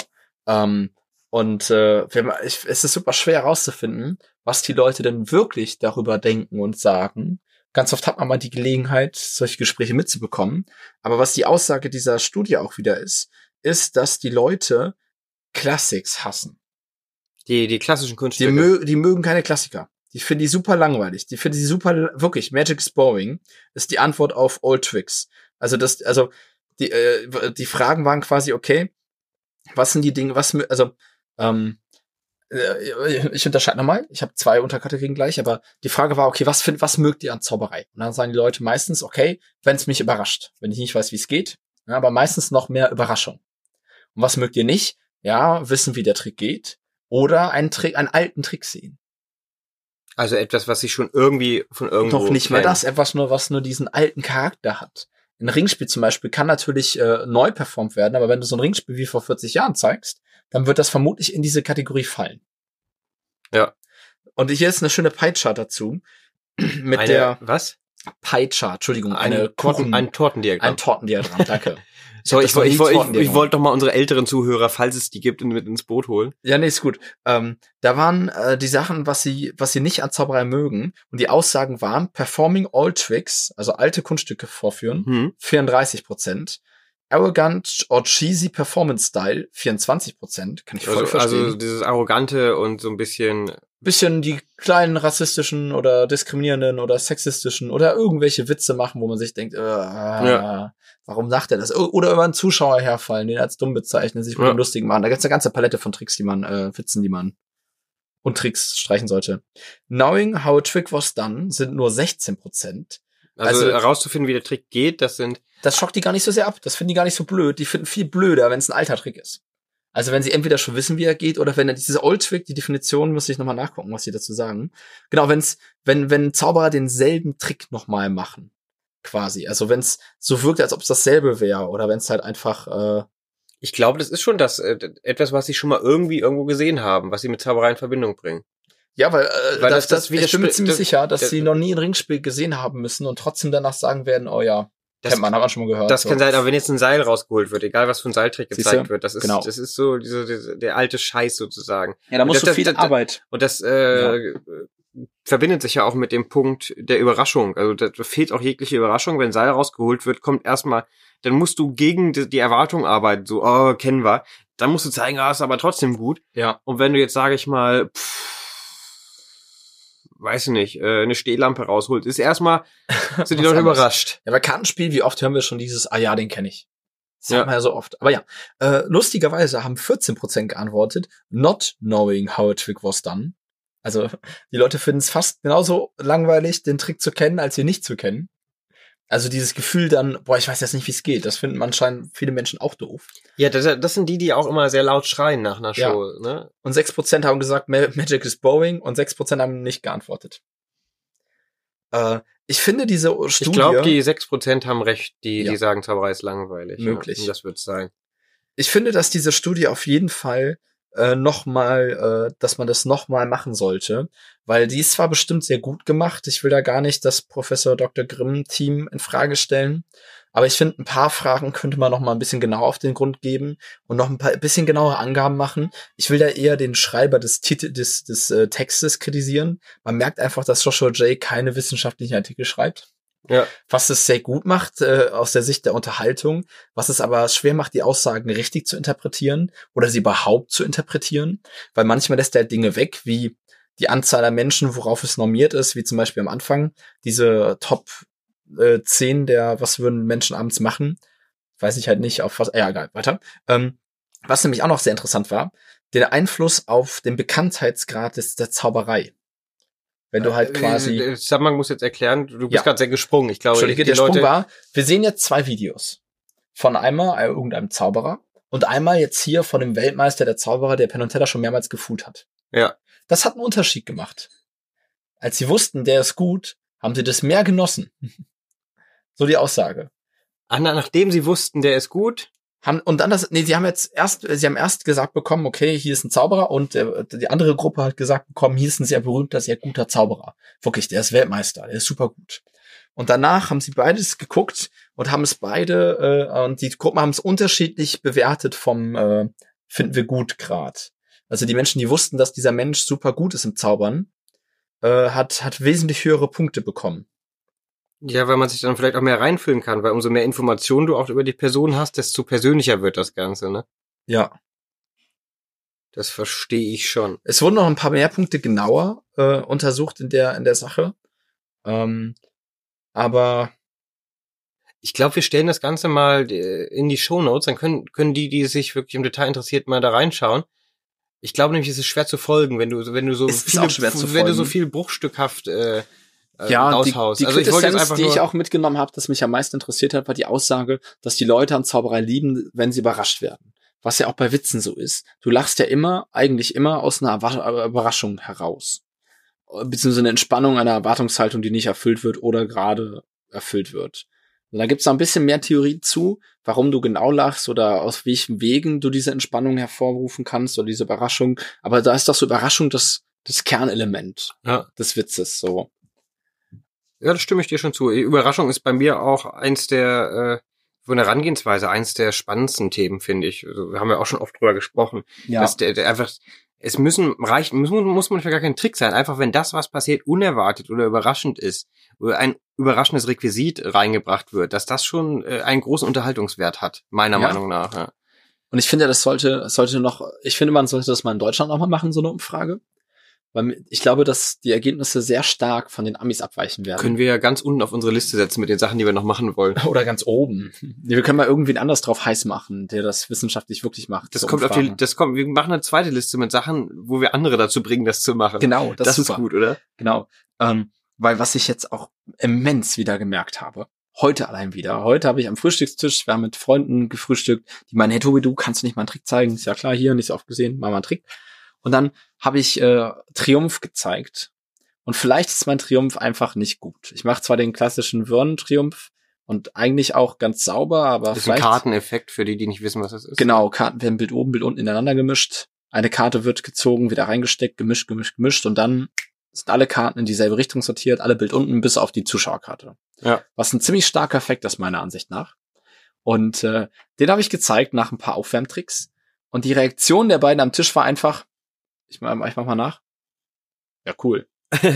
es ist super schwer herauszufinden, was die Leute denn wirklich darüber denken und sagen. Ganz oft hat man mal die Gelegenheit, solche Gespräche mitzubekommen. Aber was die Aussage dieser Studie auch wieder ist, dass die Leute Classics hassen. Die klassischen Kunststücke. Die mögen keine Klassiker. Die finden die super langweilig. Die finden die super, wirklich, Magic is boring, ist die Antwort auf Old Tricks. Die Fragen waren quasi, okay, was sind die Dinge, ich unterscheide nochmal, ich habe 2 Unterkategorien gleich, aber die Frage war, okay, was mögt ihr an Zauberei? Und dann sagen die Leute meistens, okay, wenn es mich überrascht, wenn ich nicht weiß, wie es geht, ja, aber meistens noch mehr Überraschung. Und was mögt ihr nicht? Ja, wissen, wie der Trick geht, oder einen alten Trick sehen. Also etwas, was sich schon irgendwie von irgendwo Doch nicht mal das, etwas nur, was nur diesen alten Charakter hat. Ein Ringspiel zum Beispiel kann natürlich neu performt werden, aber wenn du so ein Ringspiel wie vor 40 Jahren zeigst, dann wird das vermutlich in diese Kategorie fallen. Ja. Und hier ist eine schöne Pie-Chart dazu. Was? Pie-Chart, Entschuldigung, ein Tortendiagramm. Ein Tortendiagramm, danke. So, ich wollte doch mal unsere älteren Zuhörer, falls es die gibt, mit ins Boot holen. Ja, nee, ist gut. Da waren die Sachen, was sie nicht an Zauberei mögen. Und die Aussagen waren, performing all tricks, also alte Kunststücke vorführen, 34%. Arrogant or cheesy performance style, 24%. Kann ich voll verstehen. Also dieses Arrogante und so ein bisschen die kleinen rassistischen oder diskriminierenden oder sexistischen oder irgendwelche Witze machen, wo man sich denkt, warum sagt er das? Oder über einen Zuschauer herfallen, den als dumm bezeichnen, sich mit dem Lustigen machen. Da gibt's eine ganze Palette von Tricks, Witzen, die man und Tricks streichen sollte. Knowing how a trick was done sind nur 16%. Also herauszufinden, wie der Trick geht, das schockt die gar nicht so sehr ab. Das finden die gar nicht so blöd. Die finden viel blöder, wenn es ein alter Trick ist. Also wenn sie entweder schon wissen, wie er geht, oder wenn dieser Old Trick, die Definition, muss ich nochmal nachgucken, was sie dazu sagen. Genau, wenn Zauberer denselben Trick nochmal machen, quasi. Also wenn es so wirkt, als ob es dasselbe wäre, oder wenn es halt einfach ich glaube, das ist schon etwas, was sie schon mal irgendwo gesehen haben, was sie mit Zauberei in Verbindung bringen. Ja, weil ich bin mir ziemlich sicher, dass sie noch nie ein Ringspiel gesehen haben müssen und trotzdem danach sagen werden, oh ja, kennt man, hat man schon mal gehört. Das kann sein, aber wenn jetzt ein Seil rausgeholt wird, egal was für ein Seiltrick gezeigt wird, das ist so der alte Scheiß sozusagen. Ja, da muss so viel Arbeit. Und das verbindet sich ja auch mit dem Punkt der Überraschung. Also da fehlt auch jegliche Überraschung, wenn ein Seil rausgeholt wird, kommt erstmal, dann musst du gegen die Erwartung arbeiten, so, kennen wir. Dann musst du zeigen, ist aber trotzdem gut. Ja. Und wenn du jetzt, sage ich mal, weiß ich nicht, eine Stehlampe rausholt, ist erstmal, sind die Leute überrascht. Ja, bei Kartenspiel, wie oft hören wir schon dieses, ja, den kenne ich. Das haben wir ja so oft. Aber ja, lustigerweise haben 14% geantwortet, not knowing how a trick was done. Also die Leute finden es fast genauso langweilig, den Trick zu kennen, als ihn nicht zu kennen. Also dieses Gefühl dann, ich weiß jetzt nicht, wie es geht. Das finden anscheinend viele Menschen auch doof. Ja, das sind die auch immer sehr laut schreien nach einer Show. Ja. Ne? Und 6% haben gesagt, Magic is boring und 6% haben nicht geantwortet. Ich finde diese Studie... Ich glaube, die 6% haben recht, die sagen, Zauberei ist langweilig. Möglich. Ja, das wird's sein. Ich finde, dass diese Studie auf jeden Fall dass man das nochmal machen sollte, weil die ist zwar bestimmt sehr gut gemacht, ich will da gar nicht das Professor Dr. Grimm-Team in Frage stellen, aber ich finde, ein paar Fragen könnte man noch mal ein bisschen genauer auf den Grund geben und noch ein bisschen genauere Angaben machen. Ich will da eher den Schreiber des Textes kritisieren. Man merkt einfach, dass Joshua J. keine wissenschaftlichen Artikel schreibt. Ja. Was es sehr gut macht aus der Sicht der Unterhaltung, was es aber schwer macht, die Aussagen richtig zu interpretieren oder sie überhaupt zu interpretieren, weil manchmal lässt er halt Dinge weg, wie die Anzahl der Menschen, worauf es normiert ist, wie zum Beispiel am Anfang diese Top 10 der was würden Menschen abends machen, weiß ich halt nicht, auf was, ja egal, weiter. Was nämlich auch noch sehr interessant war, der Einfluss auf den Bekanntheitsgrad der Zauberei. Wenn du halt quasi... Der Zusammenhang muss jetzt erklären, du bist gerade sehr gesprungen. Ich glaube, Entschuldige, der Sprung war, wir sehen jetzt 2 Videos. Von einmal irgendeinem Zauberer und einmal jetzt hier von dem Weltmeister der Zauberer, der Penn und Teller schon mehrmals gefühlt hat. Ja. Das hat einen Unterschied gemacht. Als sie wussten, der ist gut, haben sie das mehr genossen. So die Aussage. Nachdem sie wussten, der ist gut... sie haben erst gesagt bekommen, okay, hier ist ein Zauberer und die andere Gruppe hat gesagt bekommen, hier ist ein sehr berühmter, sehr guter Zauberer. Wirklich, der ist Weltmeister, der ist super gut. Und danach haben sie beides geguckt und haben es beide, und die Gruppen haben es unterschiedlich bewertet vom finden wir gut Grad. Also die Menschen, die wussten, dass dieser Mensch super gut ist im Zaubern, hat wesentlich höhere Punkte bekommen. Ja, weil man sich dann vielleicht auch mehr reinfühlen kann, weil umso mehr Informationen du auch über die Person hast, desto persönlicher wird das Ganze, ne? Ja. Das verstehe ich schon. Es wurden noch ein paar mehr Punkte genauer untersucht in der Sache. Aber ich glaube, wir stellen das Ganze mal in die Shownotes, dann können die sich wirklich im Detail interessiert, mal da reinschauen. Ich glaube nämlich, es ist schwer zu folgen, wenn du so viel bruchstückhaft raushaust. Die also Quintessenz, die ich auch mitgenommen habe, das mich am meisten interessiert hat, war die Aussage, dass die Leute an Zauberei lieben, wenn sie überrascht werden. Was ja auch bei Witzen so ist. Du lachst ja eigentlich immer aus einer Überraschung heraus. Beziehungsweise eine Entspannung einer Erwartungshaltung, die nicht erfüllt wird oder gerade erfüllt wird. Und da gibt's noch ein bisschen mehr Theorie zu, warum du genau lachst oder aus welchen Wegen du diese Entspannung hervorrufen kannst oder diese Überraschung. Aber da ist doch so Überraschung das Kernelement des Witzes, so. Ja, das stimme ich dir schon zu. Überraschung ist bei mir auch eins der, von der Herangehensweise, eins der spannendsten Themen, finde ich. Also, wir haben ja auch schon oft drüber gesprochen. Ja. Dass der einfach, muss manchmal gar kein Trick sein. Einfach, wenn das, was passiert, unerwartet oder überraschend ist, oder ein überraschendes Requisit reingebracht wird, dass das schon einen großen Unterhaltungswert hat, meiner Meinung nach. Ja. Und ich finde, man sollte das mal in Deutschland auch mal machen, so eine Umfrage. Weil ich glaube, dass die Ergebnisse sehr stark von den Amis abweichen werden. Können wir ja ganz unten auf unsere Liste setzen mit den Sachen, die wir noch machen wollen. Oder ganz oben. Wir können mal irgendwen anders drauf heiß machen, der das wissenschaftlich wirklich macht. Wir machen eine zweite Liste mit Sachen, wo wir andere dazu bringen, das zu machen. Genau, das ist gut, oder? Genau. Weil was ich jetzt auch immens wieder gemerkt habe, heute habe ich am Frühstückstisch, wir haben mit Freunden gefrühstückt, die meinen, hey Tobi, du kannst nicht mal einen Trick zeigen? Ist ja klar, hier, nicht so oft gesehen, mach mal einen Trick. Und dann habe ich Triumph gezeigt. Und vielleicht ist mein Triumph einfach nicht gut. Ich mache zwar den klassischen Würden-Triumph und eigentlich auch ganz sauber, aber das ist ein Karteneffekt für die nicht wissen, was das ist. Genau, Karten werden Bild oben, Bild unten ineinander gemischt. Eine Karte wird gezogen, wieder reingesteckt, gemischt und dann sind alle Karten in dieselbe Richtung sortiert, alle Bild unten bis auf die Zuschauerkarte. Ja. Was ein ziemlich starker Effekt ist, meiner Ansicht nach. Und den habe ich gezeigt nach ein paar Aufwärmtricks. Und die Reaktion der beiden am Tisch war einfach, ich mach mal nach. Ja, cool.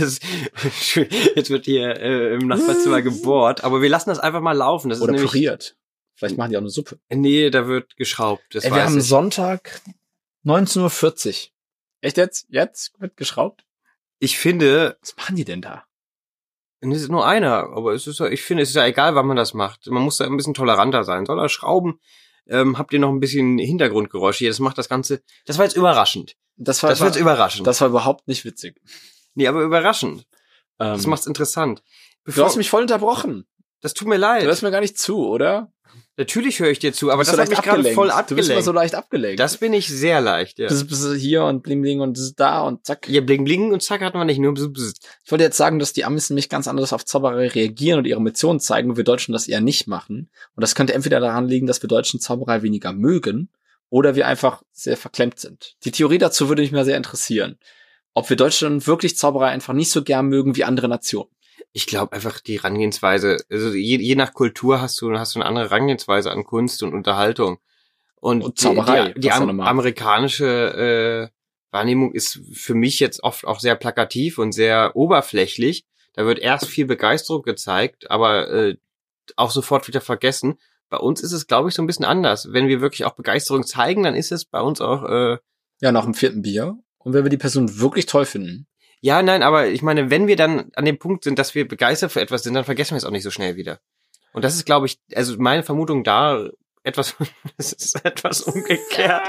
Jetzt wird hier im Nachbarzimmer gebohrt, aber wir lassen das einfach mal laufen. Das oder ist püriert. Vielleicht machen die auch eine Suppe. Nee, da wird geschraubt. Wir haben Sonntag 19:40 Uhr. Echt jetzt? Jetzt wird geschraubt? Ich finde... Was machen die denn da? Es ist nur einer, aber ich finde, es ist ja egal, wann man das macht. Man muss da ein bisschen toleranter sein. Soll er schrauben? Habt ihr noch ein bisschen Hintergrundgeräusche hier? Das macht das Ganze... Das war jetzt überraschend. Das war jetzt überraschend. Das war überhaupt nicht witzig. Nee, aber überraschend. Das macht's interessant. Du hast mich voll unterbrochen. Das tut mir leid. Du hörst mir gar nicht zu, oder? Natürlich höre ich dir zu, aber bist das so hat mich leicht gerade abgelenkt. voll Du bist immer abgelenkt. so leicht abgelenkt. Das bin ich sehr leicht, ja. Bist hier und bling bling und das ist da und zack. Ja, bling bling und zack hatten wir nicht, nur bzz. Ich wollte jetzt sagen, dass die Amis nämlich ganz anders auf Zauberei reagieren und ihre Emotionen zeigen und wir Deutschen das eher nicht machen. Und das könnte entweder daran liegen, dass wir Deutschen Zauberei weniger mögen oder wir einfach sehr verklemmt sind. Die Theorie dazu würde mich mal sehr interessieren. Ob wir Deutschen wirklich Zauberei einfach nicht so gern mögen wie andere Nationen. Ich glaube einfach die Herangehensweise, also je nach Kultur hast du eine andere Herangehensweise an Kunst und Unterhaltung. Und Zauberei. Die amerikanische Wahrnehmung ist für mich jetzt oft auch sehr plakativ und sehr oberflächlich. Da wird erst viel Begeisterung gezeigt, aber auch sofort wieder vergessen. Bei uns ist es, glaube ich, so ein bisschen anders. Wenn wir wirklich auch Begeisterung zeigen, dann ist es bei uns auch ja, nach dem 4. Bier. Und wenn wir die Person wirklich toll finden. Ja, nein, aber ich meine, wenn wir dann an dem Punkt sind, dass wir begeistert für etwas sind, dann vergessen wir es auch nicht so schnell wieder. Und das ist, glaube ich, also meine Vermutung da es ist etwas umgekehrt.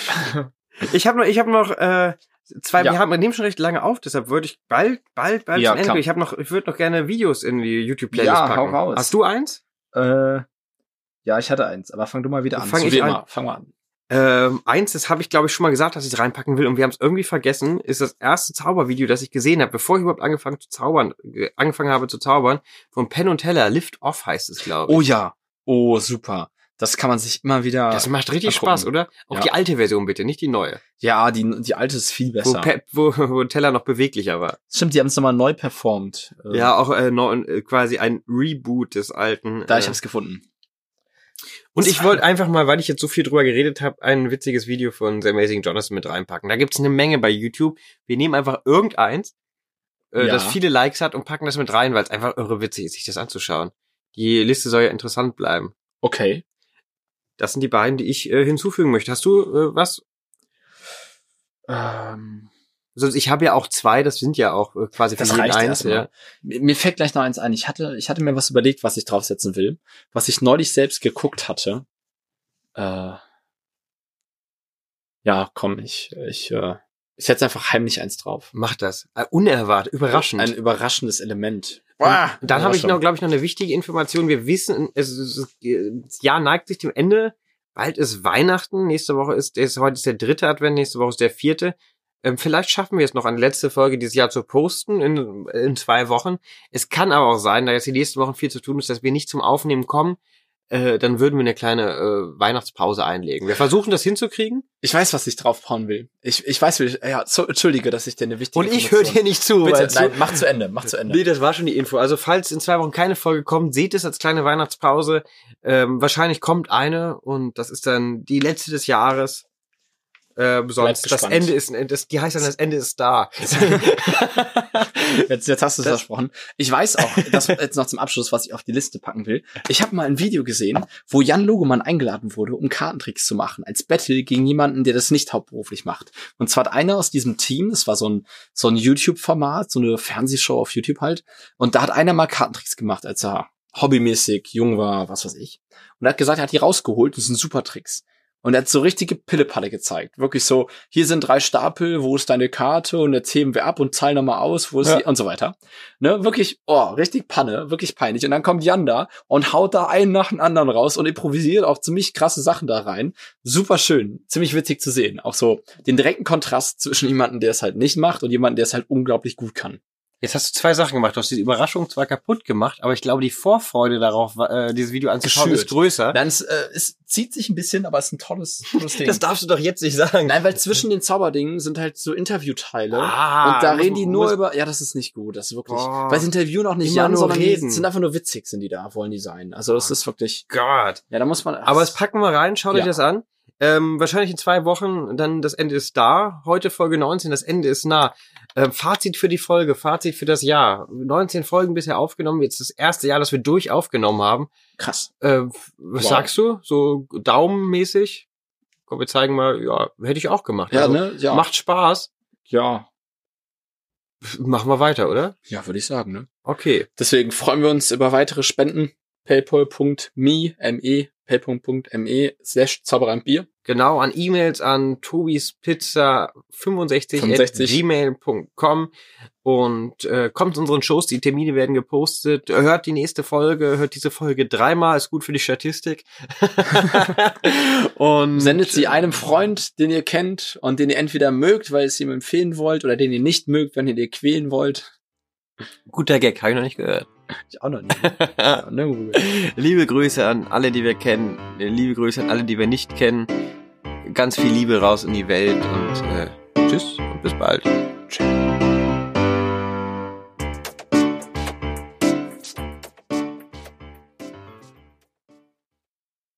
Ich habe noch zwei, Ja. wir nehmen schon recht lange auf, deshalb würde ich bald Ja, zum Ende. klar. Ich würde noch gerne Videos in die YouTube-Playlist Ja, packen. hau raus. Hast du eins? Ja, ich hatte eins, aber fang du mal wieder an. Fang So ich wie an. immer. Fang mal an. Eins, das habe ich, glaube ich, schon mal gesagt, dass ich es reinpacken will und wir haben es irgendwie vergessen, ist das erste Zaubervideo, das ich gesehen habe, bevor ich überhaupt angefangen habe zu zaubern, von Penn und Teller. Lift Off heißt es, glaube ich. Oh ja. Oh, super. Das kann man sich immer wieder. Das macht richtig mal Spaß, gucken. oder? Auch Ja. die alte Version bitte, nicht die neue. Ja, die alte ist viel besser. Wo Teller noch beweglicher war. Stimmt, die haben es nochmal neu performt. Ja, auch quasi ein Reboot des alten. Ich hab's gefunden. Und ich wollte einfach mal, weil ich jetzt so viel drüber geredet habe, ein witziges Video von The Amazing Jonathan mit reinpacken. Da gibt's eine Menge bei YouTube. Wir nehmen einfach irgendeins, das viele Likes hat und packen das mit rein, weil es einfach irre witzig ist, sich das anzuschauen. Die Liste soll ja interessant bleiben. Okay. Das sind die beiden, die ich hinzufügen möchte. Hast du was? Sonst, ich habe ja auch zwei, das sind ja auch quasi für Das jeden reicht eins. erstmal. Ja. Mir fällt gleich noch eins ein. Ich hatte mir was überlegt, was ich draufsetzen will, was ich neulich selbst geguckt hatte. Ja, komm, ich setze einfach heimlich eins drauf. Mach das. Unerwartet, überraschend. Ein überraschendes Element. Dann habe ich noch, glaube ich, noch eine wichtige Information. Wir wissen, das Jahr neigt sich dem Ende. Bald ist Weihnachten. Heute ist der 3. Advent, nächste Woche ist der 4. Vielleicht schaffen wir es noch, eine letzte Folge dieses Jahr zu posten in 2 Wochen. Es kann aber auch sein, da jetzt die nächsten Wochen viel zu tun ist, dass wir nicht zum Aufnehmen kommen. Dann würden wir eine kleine Weihnachtspause einlegen. Wir versuchen das hinzukriegen. Ich weiß, was ich draufhauen will. Ich weiß, entschuldige, dass ich dir eine wichtige Und ich höre dir nicht zu. Bitte, nein, mach zu Ende. Nee, das war schon die Info. Also falls in 2 Wochen keine Folge kommt, seht es als kleine Weihnachtspause. Wahrscheinlich kommt eine und das ist dann die letzte des Jahres. Sonst das Ende ist, die heißt dann, das Ende ist da. Jetzt hast du es versprochen. Ich weiß auch, das jetzt noch zum Abschluss, was ich auf die Liste packen will. Ich habe mal ein Video gesehen, wo Jan Logemann eingeladen wurde, um Kartentricks zu machen, als Battle gegen jemanden, der das nicht hauptberuflich macht. Und zwar hat einer aus diesem Team, das war so ein YouTube-Format, so eine Fernsehshow auf YouTube halt, und da hat einer mal Kartentricks gemacht, als er hobbymäßig jung war, was weiß ich. Und er hat gesagt, er hat die rausgeholt, das sind super Tricks. Und er hat so richtige Pillepalle gezeigt. Wirklich so, hier sind 3 Stapel, wo ist deine Karte? Und jetzt heben wir ab und zahlen nochmal aus, wo ist die? Und so weiter. Ne, wirklich, richtig Panne, wirklich peinlich. Und dann kommt Jan da und haut da einen nach dem anderen raus und improvisiert auch ziemlich krasse Sachen da rein. Super schön, ziemlich witzig zu sehen. Auch so den direkten Kontrast zwischen jemandem, der es halt nicht macht und jemandem, der es halt unglaublich gut kann. Jetzt hast du 2 Sachen gemacht. Du hast diese Überraschung zwar kaputt gemacht, aber ich glaube, die Vorfreude darauf, dieses Video anzuschauen, ist größer. Dann es zieht sich ein bisschen, aber es ist ein tolles Ding. Das darfst du doch jetzt nicht sagen. Nein, weil zwischen den Zauberdingen sind halt so Interviewteile. Und da reden die nur über, ja, das ist nicht gut. Das ist wirklich, weil sie interviewen auch nicht Jan, sondern die sind einfach nur witzig, sind die da, wollen die sein. Also das ist wirklich, Gott. Ja, da muss man. Aber das packen wir rein, schaut euch das an. Wahrscheinlich in 2 Wochen, dann das Ende ist da. Heute Folge 19, das Ende ist nah. Fazit für die Folge, Fazit für das Jahr. 19 Folgen bisher aufgenommen, jetzt das erste Jahr, das wir durch aufgenommen haben. Krass. Was sagst du? So daumenmäßig? Komm, wir zeigen mal, ja, hätte ich auch gemacht. Ja, also, ne? Ja. Macht Spaß. Ja. Machen wir weiter, oder? Ja, würde ich sagen, ne? Okay. Deswegen freuen wir uns über weitere Spenden. paypal.me paypal.me/Zauberei-Bier. Genau, an E-Mails an tobispizza65@gmail.com und kommt zu unseren Shows, die Termine werden gepostet. Hört die nächste Folge, hört diese Folge 3-mal, ist gut für die Statistik. Und sendet sie einem Freund, den ihr kennt und den ihr entweder mögt, weil ihr es ihm empfehlen wollt, oder den ihr nicht mögt, wenn ihr den quälen wollt. Guter Gag, habe ich noch nicht gehört. Ich auch noch nicht. Ja, ne? Liebe Grüße an alle, die wir kennen. Liebe Grüße an alle, die wir nicht kennen. Ganz viel Liebe raus in die Welt und tschüss und bis bald. Tschüss.